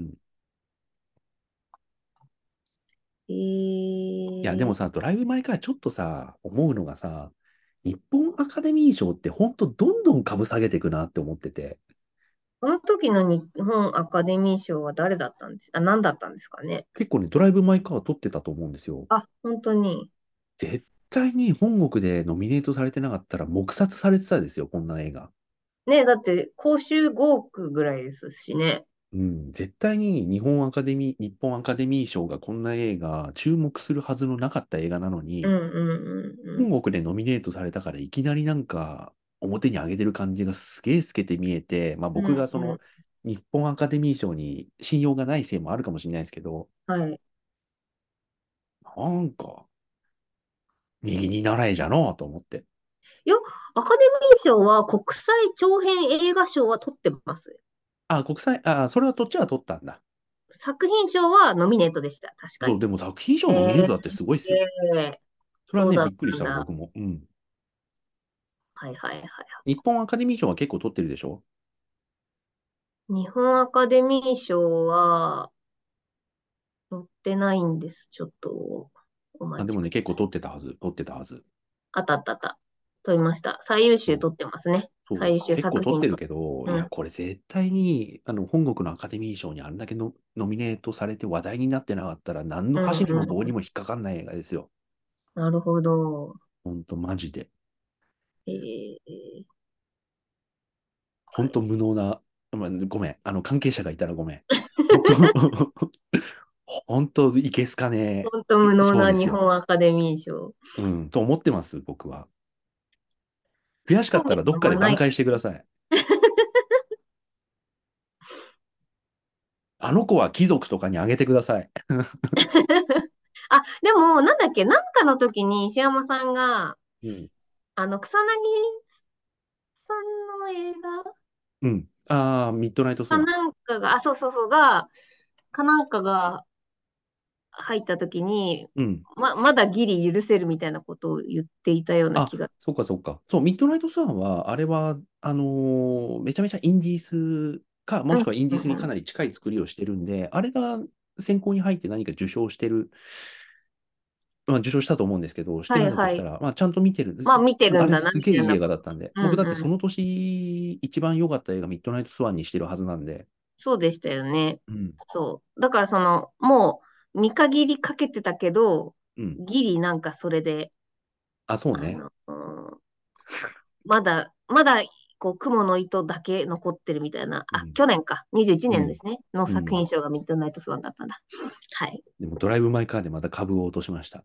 えいや、でもー、 さ、ドライブ・マイ・カーちょっとさ、思うのがさ、日本アカデミー賞って本当どんどん株下げていくなって思ってて、 この時の日本アカデミー賞は誰だったんです、あ、何だったんですかね。 結構ね、ドライブ・マイ・カー取ってたと思うんですよ。 あ、本当に。 絶対に本国でノミネートされてなかったら黙殺されてたですよ、こんな映画。 ね、だって公衆ごおくぐらいですしね。 うん、絶対に日本アカデミー、日本アカデミー賞がこんな映画、注目するはずのなかった映画なのに、 うんうんうん本国でノミネートされたからいきなりなんか表に上げてる感じがすげえ透けて見えて、まあうん。うんうん。 僕がその日本アカデミー賞に信用がないせいもあるかもしれないですけど、 はい。 なんか右に習えじゃのうと思って。 いや、アカデミー賞は国際長編映画賞は取ってます。 あ、国際、あ、それはそっちは取ったんだ。 作品賞はノミネートでした。確かそう、 に。 でも作品賞ノミネーえトだってすごいっー、 すよ。 えー、 それはね、 そうだっびっくりしたの、 たんだ。 僕も。うん。 はいはいはい。 日本アカデミー賞は結構取ってるでしょ？ 日本アカデミー賞は載ってないんです。ちょっとおあ、でもね、 待ちください。 結構取ってたはず、取ってたはず。 あったあったあった。取りました。最優そう、 秀取ってますね。 そう、 最優秀結構取ってる作品と。 けど、いや、 うん。 これ絶対に、あの、本国のアカデミー賞にあんだけのノミネートされて話題になってなかったら、何のうん箸にも棒うん。 にも引っかかんない映画ですよ。 なるほど。 ほんと、マジで。 えー、 ほんとはい。 無能な、まあ、ごめん、あの、関係者がいたらごめん。ほんと、ほんと、いけすかね本当え無能な日賞ですよ。 本アカデミー賞。 うん、と思ってます、僕は。悔しか興味ったらどっあんまない。 かで挽回してください。あの子は貴族とかにあげてください。 あ、でも、なんだっけ、なんかの時に石山さんが、 うん。 あの、草薙さんの映画うん。ああ、ミッドナイトスかワン。 なんかが、あ、そうそうそう、が、かなんかが入った時に、 うん。 ま、まだギリ許せるみたいなことを言っていたような気あ、 が。 そっかそっか。そう、ミッドナイトスワンは、あれは、あのーめちゃめちゃインディースか、もうん、 しくはインディースにかうん、 なり近い作りをしてるんで、あれが選考に入って何か受賞してる、まあ、受賞したと思うんですけど、してるんはいはい。 だとしたら、まあ、ちゃんと見てる。 まあ見てるあんだな、みれすげえいいたいなこと。 映画だったんで、 うん僕だってうん。 その年一番良かった映画ミッドナイトスワンにしてるはずなんで、 そうでしたよね。 うん。 そう。だからその、もう見限りかけてたけど、 うん。 ギリなんかそれで、 あ、そうね。 あの、うんまだ、まだ、こう、雲の糸だけ残ってるみたいな、あ、 うん。 去年か、21 うん。 年ですね、のうん。 作品賞がミッドナイトスワンだったんだ。はい。 でも、ドライブ・マイ・カーでまた株を落としました。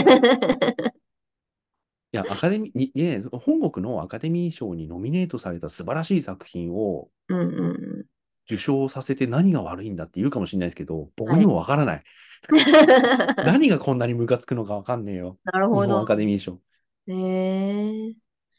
いや、アカデミーに、ね、本国のアカデミー賞にノミネートされた素晴らしい作品をうんうんうん。 受賞させて何が悪いんだって言うかもしれないですけど、僕はい。 にもわからない。何がこんなにムカつくのかわかんねえよ。 なるほど。 日本アカデミー賞。 へえ。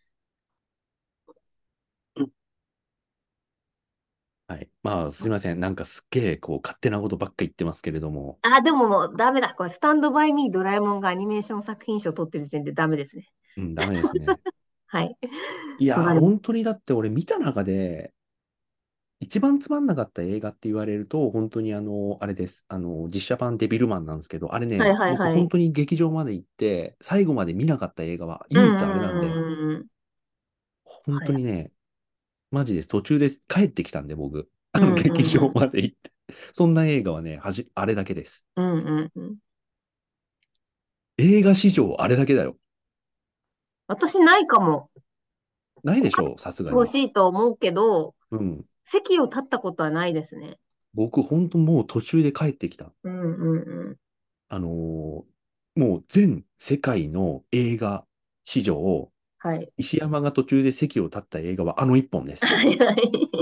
はい。まあ、すいません。なんかすっげえ、こう、勝手なことばっか言ってますけれども。 あ、でももうダメだ。これ、スタンドバイミードラえもんがアニメーション作品賞を取ってる時点でダメですね。 うん、ダメですね。 はい。 いやー、 わかります。 本当にだって俺見た中で、一番つまんなかった映画って言われると、本当にあの、あれです。あの、実写版デビルマンなんですけど、あれはいね、僕はいはい。 本当に劇場まで行って、最後まで見なかった映画はうん唯一あれなんで、 うんうんうん。 本はい。 当にね、マジです。途中で帰ってきたんで、僕。あの、 うんう劇場んうん。 まで行って。 そんな映画はね、はじ、あれだけです。 うんうんうん。 映画史上あれだけだよ。 私ないかも。他にないでしょう、さすがに。 欲しいと思うけど、 うん。 席を立ったことはないですね。 僕、ほんともう途中で帰ってきた。 うんうんうん。 あのーもう全世界の映画史上、 はい。 石山が途中で席を立った映画はあの一本です。 はいはい。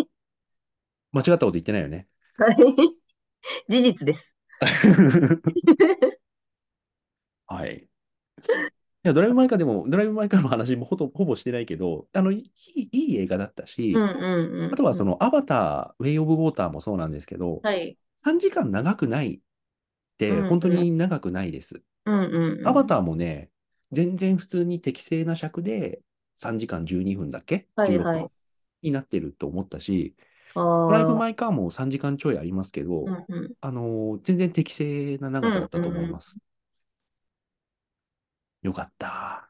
間違ったこと言ってないよね。 はい。事実です。 はい。いや、ドライブ・マイ・カーでも、ドライブ・マイ・カーの話もほと、ほぼしてないけど、あの、いい、いい映画だったし、 うんうんうんうん。 あとはその、アバター、ウェイ・オブ・ウォーターもそうなんですけど、 はい。 さんじかん長くないっうて、本当んうんに長くないです。 うんうんうん。 アバターもね、全然普通に適正な尺でさんじかんじゅうにふんだっけ？ はじゅうろっいはい。 分になってると思ったし、 あドライブ・あ。 マイ・カーもさんじかんちょいありますけど、 うんうん。 あのー全然適正なう長さだったんうんうと思います。よかった。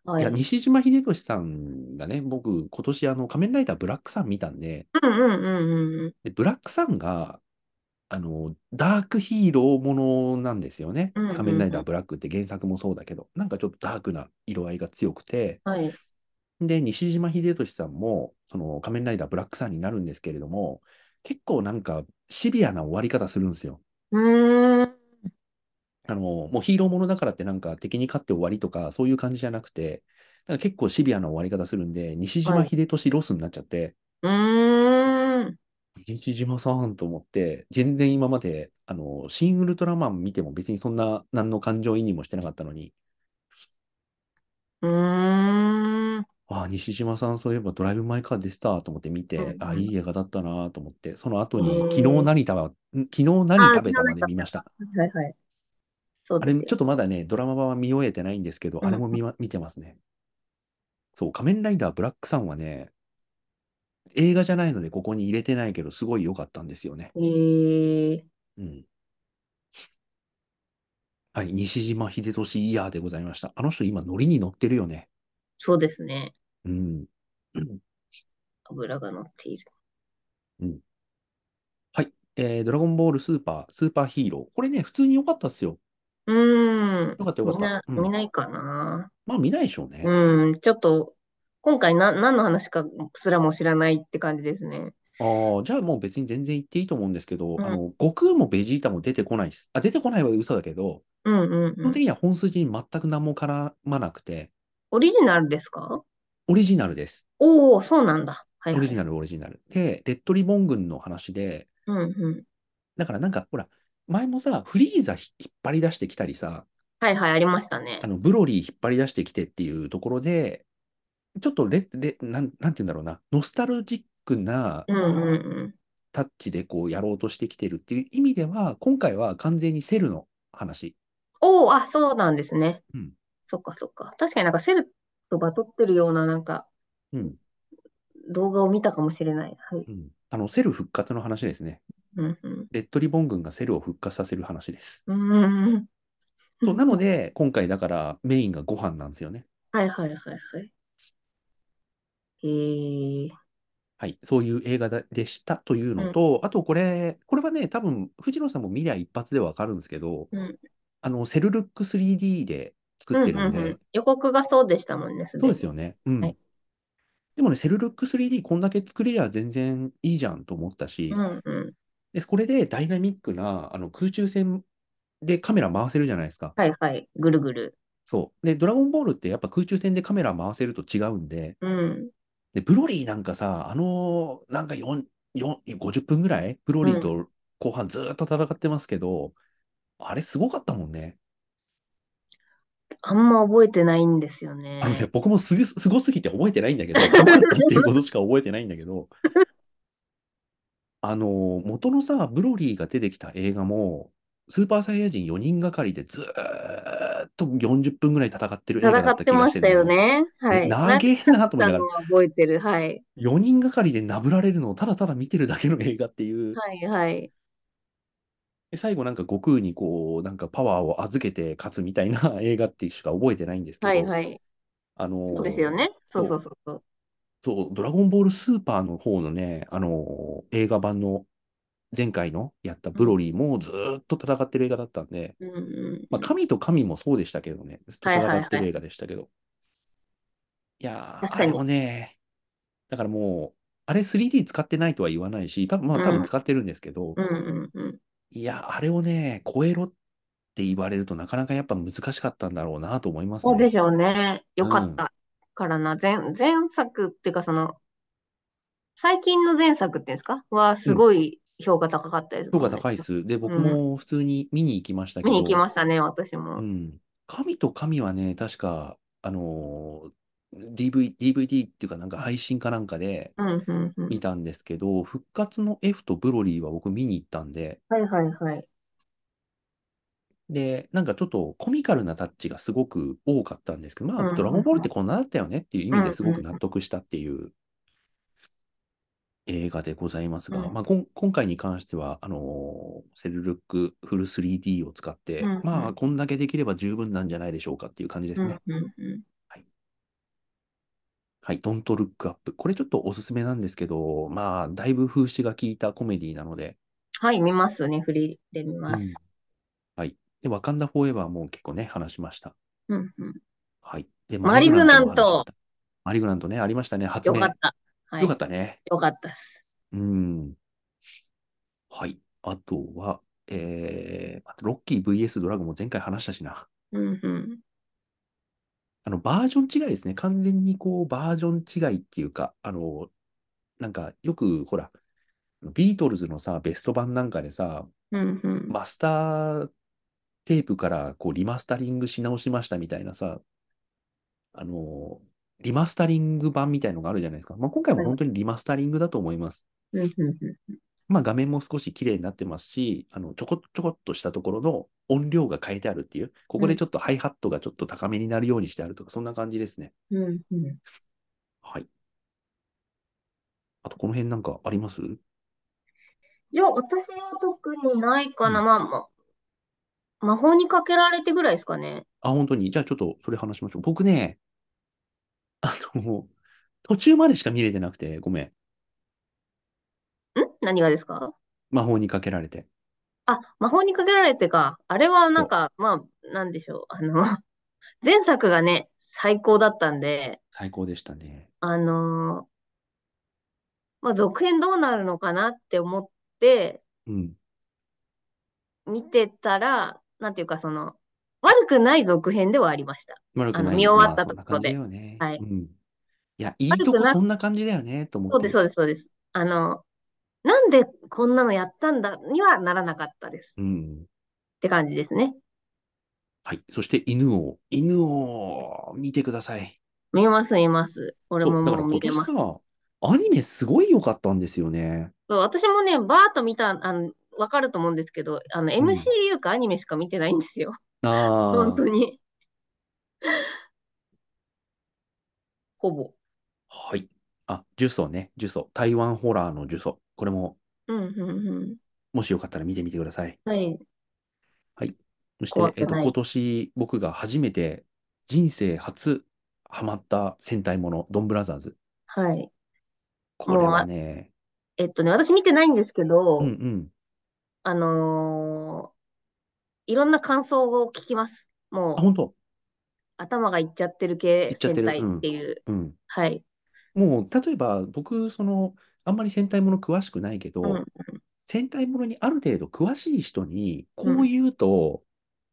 ん。はいや、 い。 西島秀俊さんがね、僕、今年あの、仮面ライダーブラックサン見たんで、 うんうんうんうん。 で、ブラックサンが、あの、ダークヒーローものなんですよね。 うん仮面ライうんうん。 ダーブラックって原作もそうだけど、なんかちょっとダークな色合いが強くて、 はい。 で、西島秀俊さんも、その仮面ライダーブラックサンになるんですけれども、結構なんかシビアな終わり方するんですよ。 うーん。 あの、もうヒーローものだからってなんか敵に勝って終わりとか、そういう感じじゃなくて、なんか結構シビアな終わり方するんで、西島はい。 秀俊ロスになっちゃって、 うーん。 西島さんと思って、全然今まで、あの、シン・ウルトラマン見ても別にそんな何の感情移入もしてなかったのに、 うーん。 ああ、西島さんそういえばドライブ・マイ・カーでしたと思って見うんて、ああ、いいう映画だったなと思って、その後ん。 に、昨日えー。 何食べ、ん昨日何ああ、 食べたま知らないかっで見ました。 た。はいはい。そうあれ、 ですよ。 ちょっとまだね、ドラマ版は見終えてないんですけど、あれも見、ま、見てますね。そう、仮面ライダーブラックさんはね、映画じゃないのでここに入れてないけど、すごい良かったんですよね。 うん。えー。 うん。はい、西島秀俊イヤーでございました。あの人今ノリに乗ってるよね。 そうですね。 うん。 油が乗っている。 うん。はい。えー、ドラゴンボールスーパー、スーパーヒーロー。これね、普通に良かったっすよ。 うーん。 よかったよかった。 みんな、 うん。 見ないかな。 まあ見ないでしょうね。 うん。ちょっと、今回な、何の話かすらも知らないって感じですね。 ああ、じゃあもう別に全然言っていいと思うんですけど、 うん。 あの、悟空もベジータも出てこないです。あ、出てこないは嘘だけど、 うんうんうん。 基本的には本筋に全く何も絡まなくて、 オリジナルですか？ オリジナルです。 おおー、そうなんだ。はいはい。 オリジナル、オリジナル。で、レッドリボン軍の話で、 うんうん。 だからなんか、ほら、前もさ、フリーザひ引っ張り出してきたりさ、 はいはい、ありましたね。 あの、ブロリー引っ張り出してきてっていうところで、ちょっとレ、レ、なん、なんて言うんだろうな、ノスタルジックなうんうんタッチでこうやろうとしてきてるっていう意味では、今回は完全にセルの話。 おお、あ、そうなんですね。 うん。 そっかそっか。確かになんかセルとバトってるようななんかうん。 動画を見たかもしれない。はい。 うん。あの、セル復活の話ですね。 うんうん。 レッドリボン軍がセルを復活させる話です。 うーん。 そう、なので、今回だからメインがご飯なんですよね。 はいはいはいはい。えー、 はい。そういう映画だでしたといううんのと、あとこれ、これはね、多分、藤野さんも見りゃ一発でわかるんですけど、 うんあの、セルルック スリーディー で作っうんてるんで、 うんうん。予告がそうでしたもんね、すそうでに。 ですよね。うはい。 ん。でもね、セルルック スリーディー こんだけ作れりゃ全然いいじゃんと思ったうし、 んうん。 で、これでダイナミックなあの空中戦でカメラ回せるじゃないですか。 はいはい。ぐるぐる。 そう。で、ドラゴンボールってやっぱ空中戦でカメラ回せると違うんで、 うん。 で、ブロリーなんかさ、あのなんかよん、よん、ごじゅっぷんぐらいブロうん。 リーと後半ずーっと戦ってますけど、あれすごかったもんね。 あんま覚えてないんですよあのね、 ね。 僕もすぐ、すごすぎて覚えてないんだけど、すごかったっていうことしか覚えてないんだけど、あの元のさ、ブロリーが出てきた映画も、スーパーサイヤ人よにんがかりでずーっとよんじゅっぷんぐらい戦ってる映画だ戦った気がってましたよしてんの。 ね。 ね、 はい。 長長かえなと思いながら、 ったのは覚えてる。はい。 よにんがかりでなぶられるのをただただ見てるだけの映画っていう、 はいはい。 で最後なんか悟空にこう、なんかパワーを預けて勝つみたいな映画ってしか覚えてないんですけど、 はいはい。 あのそうですよーね。そうそそう、 うそうそう。 そう、ドラゴンボールスーパーの方のね、あのー映画版の前回のやったうん。 ブロリーもずーっと戦ってる映画だったんで、 うんうんまあ、 うん。 神と神もそうでしたけどね、ずっとはいはいはい。 戦ってる映画でしたけど、いやー、あれも確かに。 ね、だからもう、あれ スリーディー 使ってないとは言わないし、多分まあ多分うん。 使ってるんですけど、 うんうんうん。 いや、あれをね、超えろって言われるとなかなかやっぱ難しかったんだろうなと思いますね。 そうでしょうね。よかうん。 ったからな。前、前作っていうかその、最近の前作っていうんですかは、 うん。 すごい評価高かったです評価もんね。 高いっす。で、僕うん。 も普通に見に行きました見に行きけど、 ましたね、私も。 うん。神と神はね、確か、あのー ディーブイ、ディーブイディー っていうかなんか配信かなんかでうん、うん、うん。 見たんですけど、復活の F とブロリーは僕見に行ったんで、 はいはいはい。 で、なんかちょっとコミカルなタッチがすごく多かったんですけど、まあ、 うん、 ドラゴンうん、 ボールってこんなだったよねっていう意うん、 味ですごく納得したっていう映画でございますが、 うん、 まあ、こん今回に関しては、あのーセルルックフル スリーディー を使って、 うん、うまあ、 ん、 こんだけできれば十分なんじゃないでしょうかっていう感じでうん、 すね。 うん。うん。 はい。はい。ドントルックアップ。これちょっとおすすめなんですけど、まあ、だいぶ風刺が効いたコメディなので、 はい、見ますね。フリーで見うん。 ます。 はい。で、ワカンダフォーエバーも結構ね、話しました。 うん、うん。 はい。で、ママリグリグナントナント、 も話しました。マリグナントね、ありましたね。発明。 よかった。はよかっい。 たね。 よかったです。 うん。はい。あとは、えー、あとロッキー ブイエス ドラゴンも前回話したしな。 うん、うん。 あの、バージョン違いですね。完全にこう、バージョン違いっていうか、あの、なんか、よく、ほら、ビートルズのさ、ベスト版なんかでさ、 うん、うん。 マスターテープからこうリマスタリングし直しましたみたいなさ、あの、リマスタリング版みたいのがあるじゃないですか。まあ、今回もはい。 本当にリマスタリングだと思います。 うん、うん、うん。 まあ、画面も少し綺麗になってますし、あの、ちょこちょこっとしたところの音量が変えてあるっていう、こうん、 こでちょっとハイハットがちょっと高めになるようにしてあるとか、そんな感じですね。 うん。うん。 はい。あと、この辺なんかあります？ いや、私は特にないかな。 うん。 まあ、ま、魔法にかけられてぐらいですかね。 あ、本当に。じゃあちょっとそれ話しましょう。僕ね、あの、途中までしか見れてなくて、ごめん。 ん何がですか？ 魔法にかけられて。 あ、魔法にかけられてか。あれはなんそう。 か、まあ、なんでしょう。あの、前作がね、最高だったんで、 最高でしたね。 あのーまあ、続編どうなるのかなって思ってうん。 見てたら、なんていうかその、悪くない続編ではありました。あの、 悪くない。 見終わったまあそんな感じだところで。 よね。 はい。 うん。いや、いいとこ悪くな、 そんな感じだよね、と思っそうです、 てる。 そうです、そうです。あの、なんでこんなのやったんだにはならなかったです。 うん。 って感じですね。 はい。そして犬を、犬を見てください。 見ます、見ます。俺そう。だからももう見れます。 今年さ、アニメすごい良かったんですよね。 そう私もね、バーッと見た、あの、わかると思うんですけど、あの、 うん。 エムシーユー かアニメしか見てないんですよ。本ああ、 当に。ほぼ。 はい。あ、呪詛ね。呪詛。台湾ホラーの呪詛。これも、 うん、うん、うん。 もしよかったら見てみてください。 はい。 はい。そして、えっと、今怖くない。 年僕が初めて、人生初ハマった戦隊もの、ドンブラザーズ。 はい。 これもう、あはね、 えっとね、私見てないんですけど、 うんうん。 あのーいろんな感想を聞きます。 あ、 もう、 本当頭がいっちゃってる系言っちゃってる。 戦隊ってうん。 いう。 うん。 はい。 もう、例えば、僕、その、あんまり戦隊もの詳しくないけど、 うん、 戦隊ものにある程度詳しい人に、 うん、 こう言うと、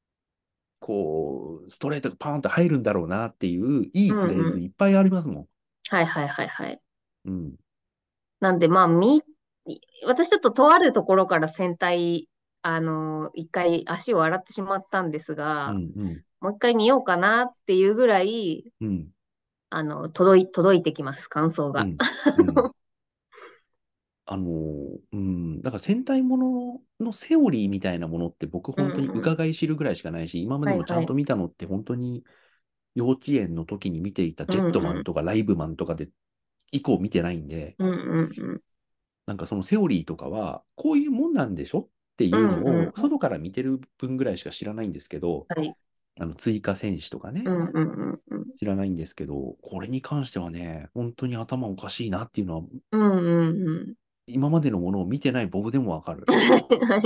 こう、ストレートがパーンと入るんだろうなっていう、いいうん、 フレーうん。 ズいっぱいありますもはいはいはいはい。 ん。うん。 なんで、まあ、み、私ちょっととあるところから戦隊、あのー一回足を洗ってしまったんですが、 うん、うん、 もう一回見ようかなっていうぐらい、 うん、 あの、届い、届いてきます、感想が。 うん、うん。あの、うん、だから戦隊もののセオリーみたいなものって僕うん本当にうん。 伺い知るぐらいしかないし、今までもちゃんとはいはい。 見たのって本当に幼稚園の時に見ていたうんジェットマうん。 ンとかライブマンとかで以降見てないんで、 うんうんうん。 なんかそのセオリーとかはこういうもんなんでしょってういうのんうんうん。 を外から見てる分ぐらいしか知らないんですけど、 はい。 あの追加戦士とかね、 うんうんうんうん。 知らないんですけど、これに関してはね、本当に頭おかしいなっていうのはうんうんうん。 今までのものを見てない僕でもわかる。 はい。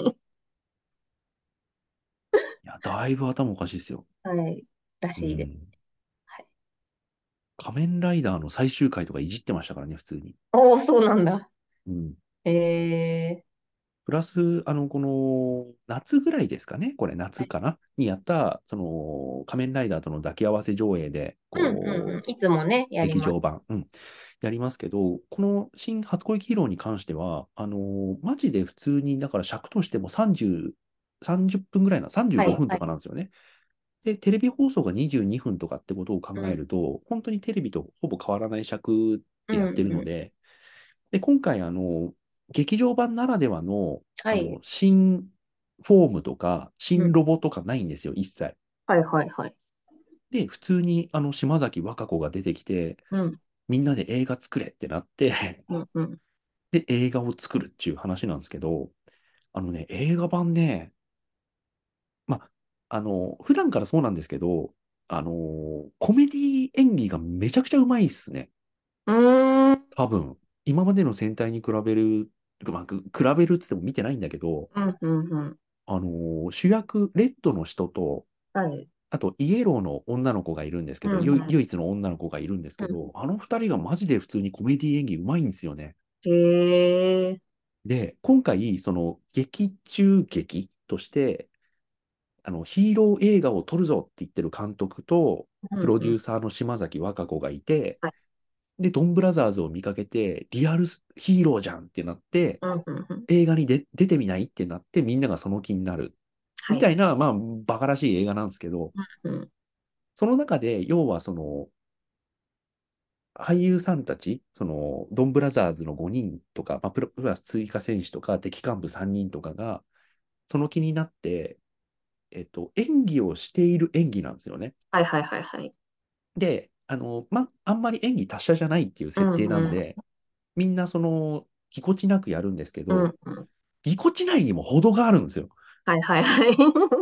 いや、だいぶ頭おかしいですよ。 はい。らしいです。 うん。 はい。 仮面ライダーの最終回とかいじってましたからね、普通に。 おお、そうなんだ。 うん。 えー。 プラス、あの、この、夏ぐらいですかね、これ、 はい。 夏かなにやった、その、仮面ライダーとの抱き合わせ上映で、 うんうんうん。 こう、 いつもね、やります。 劇場版、うん、やりますけど、この新初恋ヒーローに関しては、あのーマジで普通に、だから尺としてもさんじゅう、さんじゅっぷんぐらいな、35 はい、 分とはい。 かなんですよね。で、テレビ放送がにじゅうにふんとかってことを考うん、 えると、本当にテレビとほぼ変わらない尺うん、 でやってるうん。 ので、で、今回、あの、劇場版ならではの、あの、 はい。 新フォームとか、 うん。 新ロボとかないんですよ、一切。 はい、はい、はい。 で、普通に、あの、島崎和歌子が出てきて、 うん、 みんなで映画作れってなってうん、うん。 で、映画を作るっていう話なんですけど、あのね、映画版ね、ま、あの、普段からそうなんですけど、あの、コメディ演技がめちゃくちゃうまいっすね。 うーん、 多分。今までの戦隊に比べる、まあ、く比べるっつっても見てないんだけど、 うん、うん、うん。 あの、主役、レッドの人と、 はい。 あと、イエローの女の子がいるんですけど、 うん、 ゆうん。 唯一の女の子がいるんですうん。 けど、あの二人がマジで普通にコメディ演技うまいんですよね。 へえ。 で、今回、その劇中劇として、あのヒーロー映画を撮るぞって言ってる監督と、 うん、 プロうん。 デューサーの島崎和歌子がいて、 はい。 で、ドンブラザーズを見かけて、リアルヒーローじゃんってなって、 うん、うん、うん。 映画にで出てみないってなって、みんながその気になる。 はい。 みたいな、まあ、バカらしい映画なんですけど、 うん、 その中で、要はその、俳優さんたち、その、ドンブラザーズのごにんとか、まあ、ププラス追加選手とか、敵幹部さんにんとかが、その気になって、えっと、演技をしている演技なんですよね。 はい、はい、はい、はい。 で、あの、ま、あんまり演技達者じゃないっていううん、 設定なんうん。 で、みんなその、ぎこちなくやるんですけど、 うん、うん。 ぎこちないにも程があるんですよ。 はい、はい、はい。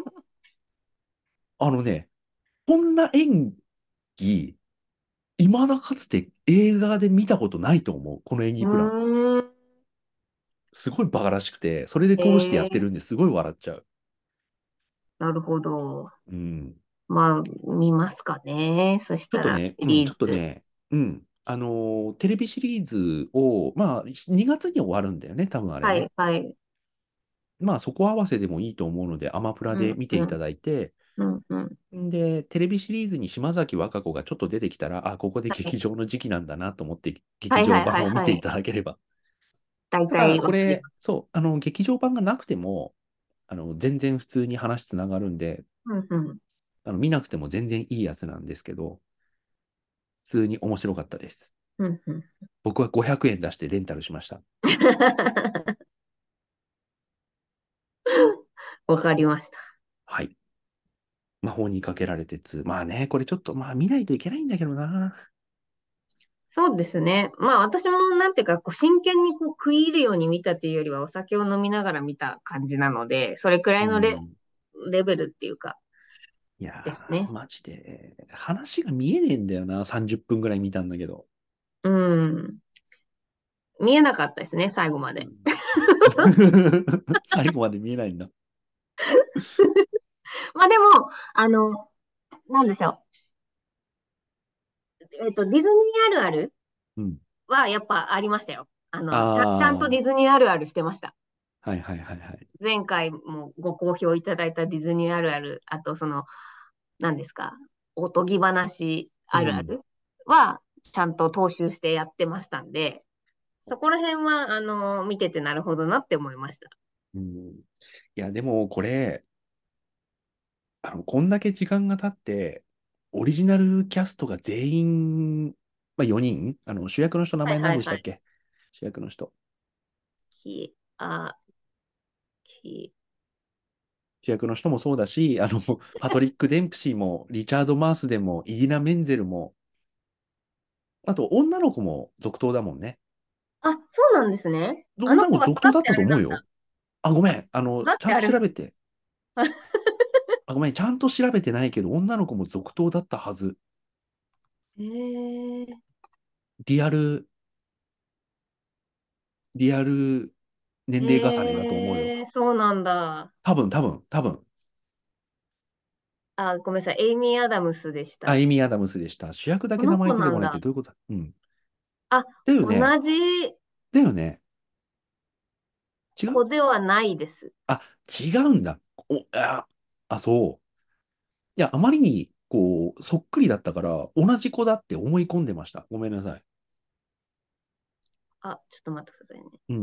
あのね、こんな演技、未だかつて映画で見たことないと思う。この演う技プラン。 ーん。 すごいバカらしくて、それで通してやってええ、 るんですごい笑っちゃう。 なるほど。 うん。 まあ、見ますかね。そしたら、 ちょっとね、 シうん、ちょっとリーズ。 ね、うん。あのーテレビシリーズを、まあ、にがつに終わるんだよね、多分あれはい、 ね。 はい。 まあ、そこ合わせでもいいと思うので、アマプラうん、 で見ていたうん、 だいて、 うん、うん。 んで、テレビシリーズに島崎和歌子がちょっと出てきたら、あ、ここではい、 劇場の時期なんだなと思って、劇はい、はい、はい。 場版を見ていはい。 ただければ。 大ただ、 体わかりこれ、 ます。 そう、あの、劇場版がなくても、あの、全然普通に話つながるんで、 うん、うん。 あの、見なくても全然いいやつなんですけど、普通に面白かったです。 うん、うん。 僕はごひゃくえん出してレンタルしました。 わかりました。 はい。魔法にかけられてに。まあね、これちょっと、まあ見ないといけないんだけどな。 そうですね。まあ私もなんていうか、こう真剣にこう食い入るように見たっていうよりはお酒を飲みながら見た感じなので、それくらいのレ、 うん。 レベルっていうか、 いやー、 ですね。 マジで、話が見えねえんだよな。さんじゅっぷんぐらい見たんだけど。 うん。見えなかったですね、最後まで。 うん。最後まで見えないんだ。 まあでも、あの、なんでしょう。えっと、ディズニーあるあるうん。 はやっぱありましたよ。あの、ちゃん、ちゃんとデあィズニーあるあるしてました。 あ、はいはいはいはい。 前回もご好評いただいたディズニーあるある、あとその、何ですか、おとぎ話うん。 あるあるは、ちゃんと踏襲してやってましたんで、そこら辺は、あの、見ててなるほどなって思いました。 うん。いや、でもこれ、あの、こんだけ時間が経って、オリジナルキャストが全員、まあよにん、あの、主役の人名はい前何はいはい。 でしたっけ？主役の人。 き、あ、き、 主役の人もそうだし、あの、パトリック・デンプシーも、リチャード・マースデンも、イディナ・メンゼルも、あと女の子も続投だもんね。 あ、そうなんですね。あの女の子子が育って続投だったあれなんだ。 と思うよ。あ、ごめん。あの、 育っちゃんとてあれなんだ。 調べて。あ、ごめん。ちゃんと調べてないけど、女の子も続投だったはず。 へえ。 リアルリアル年齢重ねだと思うよ。 えー、そうなんだ。 多分、多分、多分。 あ、ごめんなさい。エイミー・アダムスでしあ、 た。 エイミー・アダムスでした。主役だけ名この子前出てこないってなんだ。 どういうことだ？うん。 あ、同だよね。 じだよね。違う？ 子ではないです。 あ、違うんだ。お、あ、あ、そう。いや、あまりに、こう、そっくりだったから、同じ子だって思い込んでました。ごめんなさい。 あ、ちょっと待ってくださいね。 うん。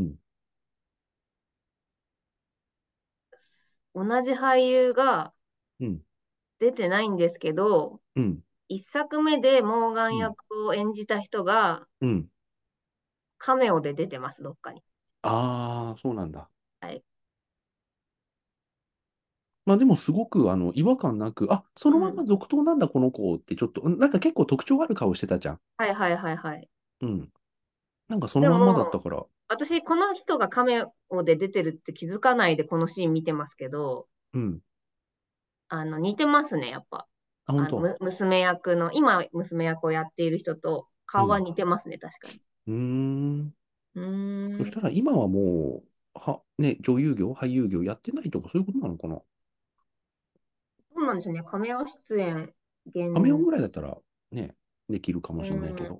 同じ俳優がうん。 出てないんですけど、 うん。 一作目でモーガうん。 ン役を演じた人がうん。 カメオで出てます、どっかに。 ああ、そうなんだ。 はい。 まあでもすごく、あの、違和感なく、あ、そのままうん。 続投なんだ、この子ってちょっと、なんか結構特徴ある顔してたじゃん。 はいはいはいはい。 うん。なんかそのでまんまだっも、 たから、 私、この人がカメオで出てるって気づかないでこのシーン見てますけど、 うん。 あの、似てますね、やっぱ。 あ、本あの、 当？ む娘役の、今、娘役をやっている人と顔はうん。 似てますね、確かに。 うーん。 うーん。 そしたら今はもう、は、ね、女優業、俳優業やってないとかそういうことなのかな？ そうなんですね。カメオ出演、 アメオン現、 ぐらいだったら、ね、できるかうもしれないけん。 ど。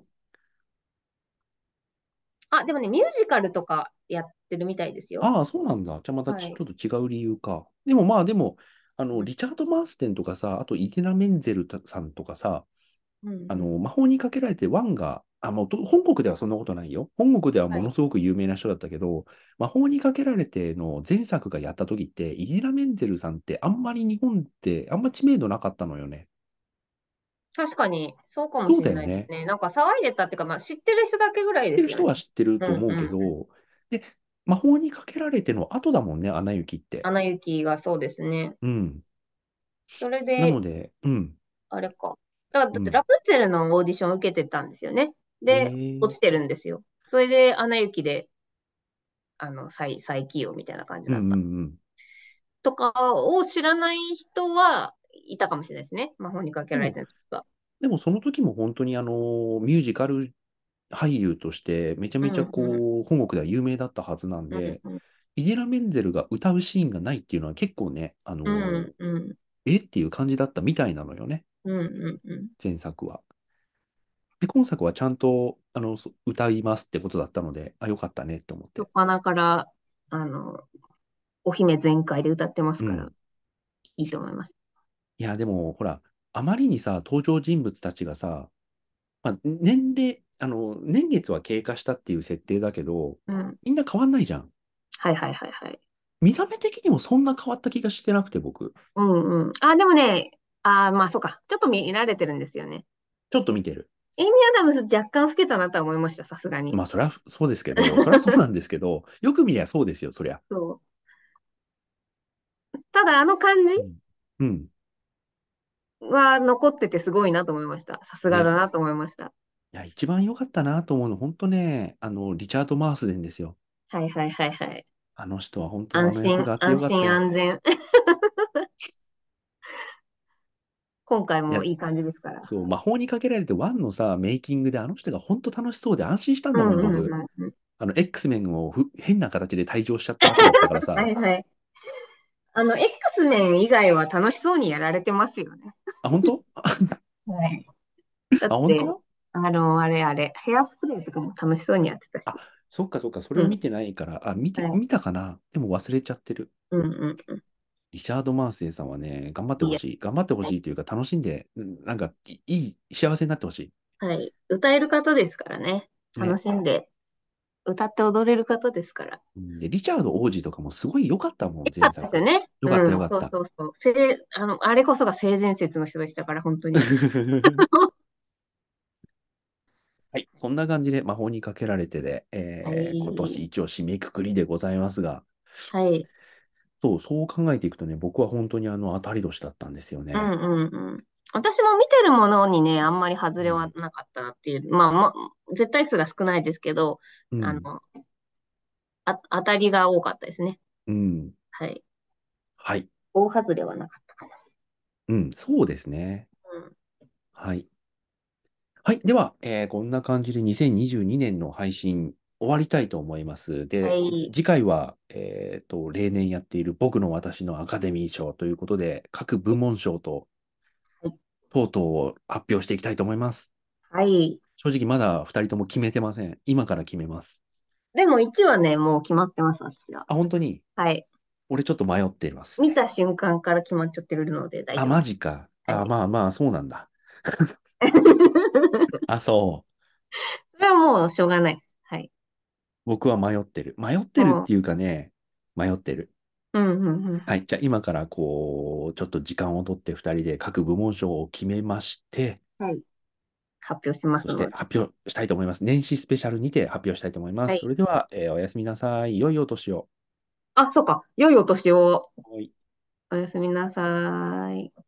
あ、でもね、ミュージカルとかやってるみたいですよ。 ああ、そうなんだ。じゃあまたち、 はい。 ちょっと違う理由か。でもまあでも、あの、 うん、 リチャード・マーステンとかさ、あとイテナ・メンゼルさんとかさ、 うん、うん。 あの、魔法にかけられてワンが、あ、もうど本国ではそんなことないよ。本国でははい。 ものすごく有名な人だったけど、魔法にかけられての前作がやった時って、イディナ・メンゼルさんってあんまり日本ってあんま知名度なかったのよね。 確かに、そうかもそうしれだよね。 ないですね。なんか騒いでたっていうか、まあ、知ってる人だけぐらい知ってるですよね。 人は知ってるうん、 と思ううん、うん。 けど、で、魔法にかけられての後だもんね、アナ雪って。 アナ雪がそうですね。 うん。 それで、 なので、うん、 あれか。だから、だうん。 ってラプンツェルのオーディション受けてたんですよね。で、 ええ、 落ちてるんですよ。それで、アナ雪で、あの、再、再起用みたいな感じうんうんだった。 うん。 とかを知らない人はいたかもしれないですね。魔法にかけでも、 られてる時は。 でもその時も本当にあの、ミュージカル俳優としてめちゃめちゃうん、うん、 こう、本国では有名だったはずなんうん、 で、 うん、 イディラ・メンゼルが歌うシーンがないっていうのは結構ね、あのうーん、うん、 えっていう感じだったみたいなのよね、 うん、うん。うん。 前作は。で、今作はちゃんと、あの、そ歌いますってことだったので、あ、よかったねって思って。 初っ端から、あの、お姫全開で歌ってますから、 うん。 いいと思います。 いや、でも、ほら、あまりにさ、登場人物たちがさ、まあ、年齢、あの、年月は経過したっていう設定だけど、 うん。 みんな変わんないじゃん。 はいはいはいはい。 見た目的にもそんな変わった気がしてなくて、僕。 うんうん。あ、でもね、あ、まあそうか。ちょっと見られてるんですよね。 ちょっと見てる。 エイミー・アダムス若干老けたなとは思いました、さすがに。 まあ、そりゃそうですけど、そりゃそうなんですけど、よく見りゃそうですよ、そりゃ。 そう。ただあの感じうん。うん。 は残っててすごいなと思いました。さすがね。 だなと思いました。 いや、一番良かったなと思うの、本当ね、あの、リチャード・マースデンですよ。 はいはいはいはい。 あの人は本当あの役安心、 があってよかった安心よ。 安全。今回いや、 もいい感じですから。 そう、魔法にかけられてワンのさ、メイキングであの人が本当楽しそうで安心したんうんだもん、僕。 うんうんうん。 あの、X メンをふ変な形で退場しちゃった後だったからさ。 はいはい。あの、X メン以外は楽しそうにやられてますよね。 あ、本当？ はい。だっあ、本て、 当？ あの、あれあれ、ヘアスプレーとかも楽しそうにやってたあ、 し。 そっかそっか、それうん。 を見てないから、あ、見て、 はい。 見たかな？でも忘れちゃってる。 うんうんうん。 リチャード・マースデンさんはね、頑張っていいや。 ほしい。頑張ってほしいというか、楽しんで、うんなんか、いいい、幸せになってほしはい。歌える方ですからね。 い。 楽ね。 しんで、歌って踊れる方ですから。 うんで、リチャード王子とかもすごい良かったもん、前作。 ですよね。 良かった良うん、 かった。 そうそうそう。せあの、あれこそが性善説の人でしたから、本当に。 はい。そんな感じで魔法にかけられてで、 はえー今年い。 一応締めくくりでございますが、 はい。 そう、そう考えていくとね、僕は本当にあの当たり年だったんですよね。 うんうんうん。私も見てるものにね、あんまり外れはうん。 なかったなっていう。まあ、まあ、絶対数が少ないですけど、 うん。 あの、あ、当たりが多かったですね。 うん。 はい。 はい。 大外れはなかったかな。 うん。そうですね。 うん。 はい。はい。では、えーこんな感じでにせんにじゅうにねんの配信終わりたいと思います。で、 はい。 次回は、えっと、例年やっている僕の私のアカデミー賞ということで、各部門賞とはい。 等々を発表していきたいと思います。 はい。 正直まだふたりとも決めてません。今から決めます。 でもいちはね、もう決まってます、私は。 あ、本当にはい。 俺ちょっと迷ってますね。 見た瞬間から決まっちゃってるので大あ、 丈夫です。 マジか。あ、 はい。 まあまあ、そうなんだ。あ、そう。 それはもうしょうがないです。はい。 僕は迷ってる。迷ってるっもう、 ていうかね、迷ってる。 うん、うん、うん。 はい。じゃあ今からこう、ちょっと時間をとってふたりで各部門賞を決めまして、 はい。発表しまそしてすので。 発表したいと思います。年始スペシャルにて発表したいと思います。そはい。 れでは、えーおやすみなさい。良いお年を。 あ、そうか。良いお年を。 はいおやすみなさい。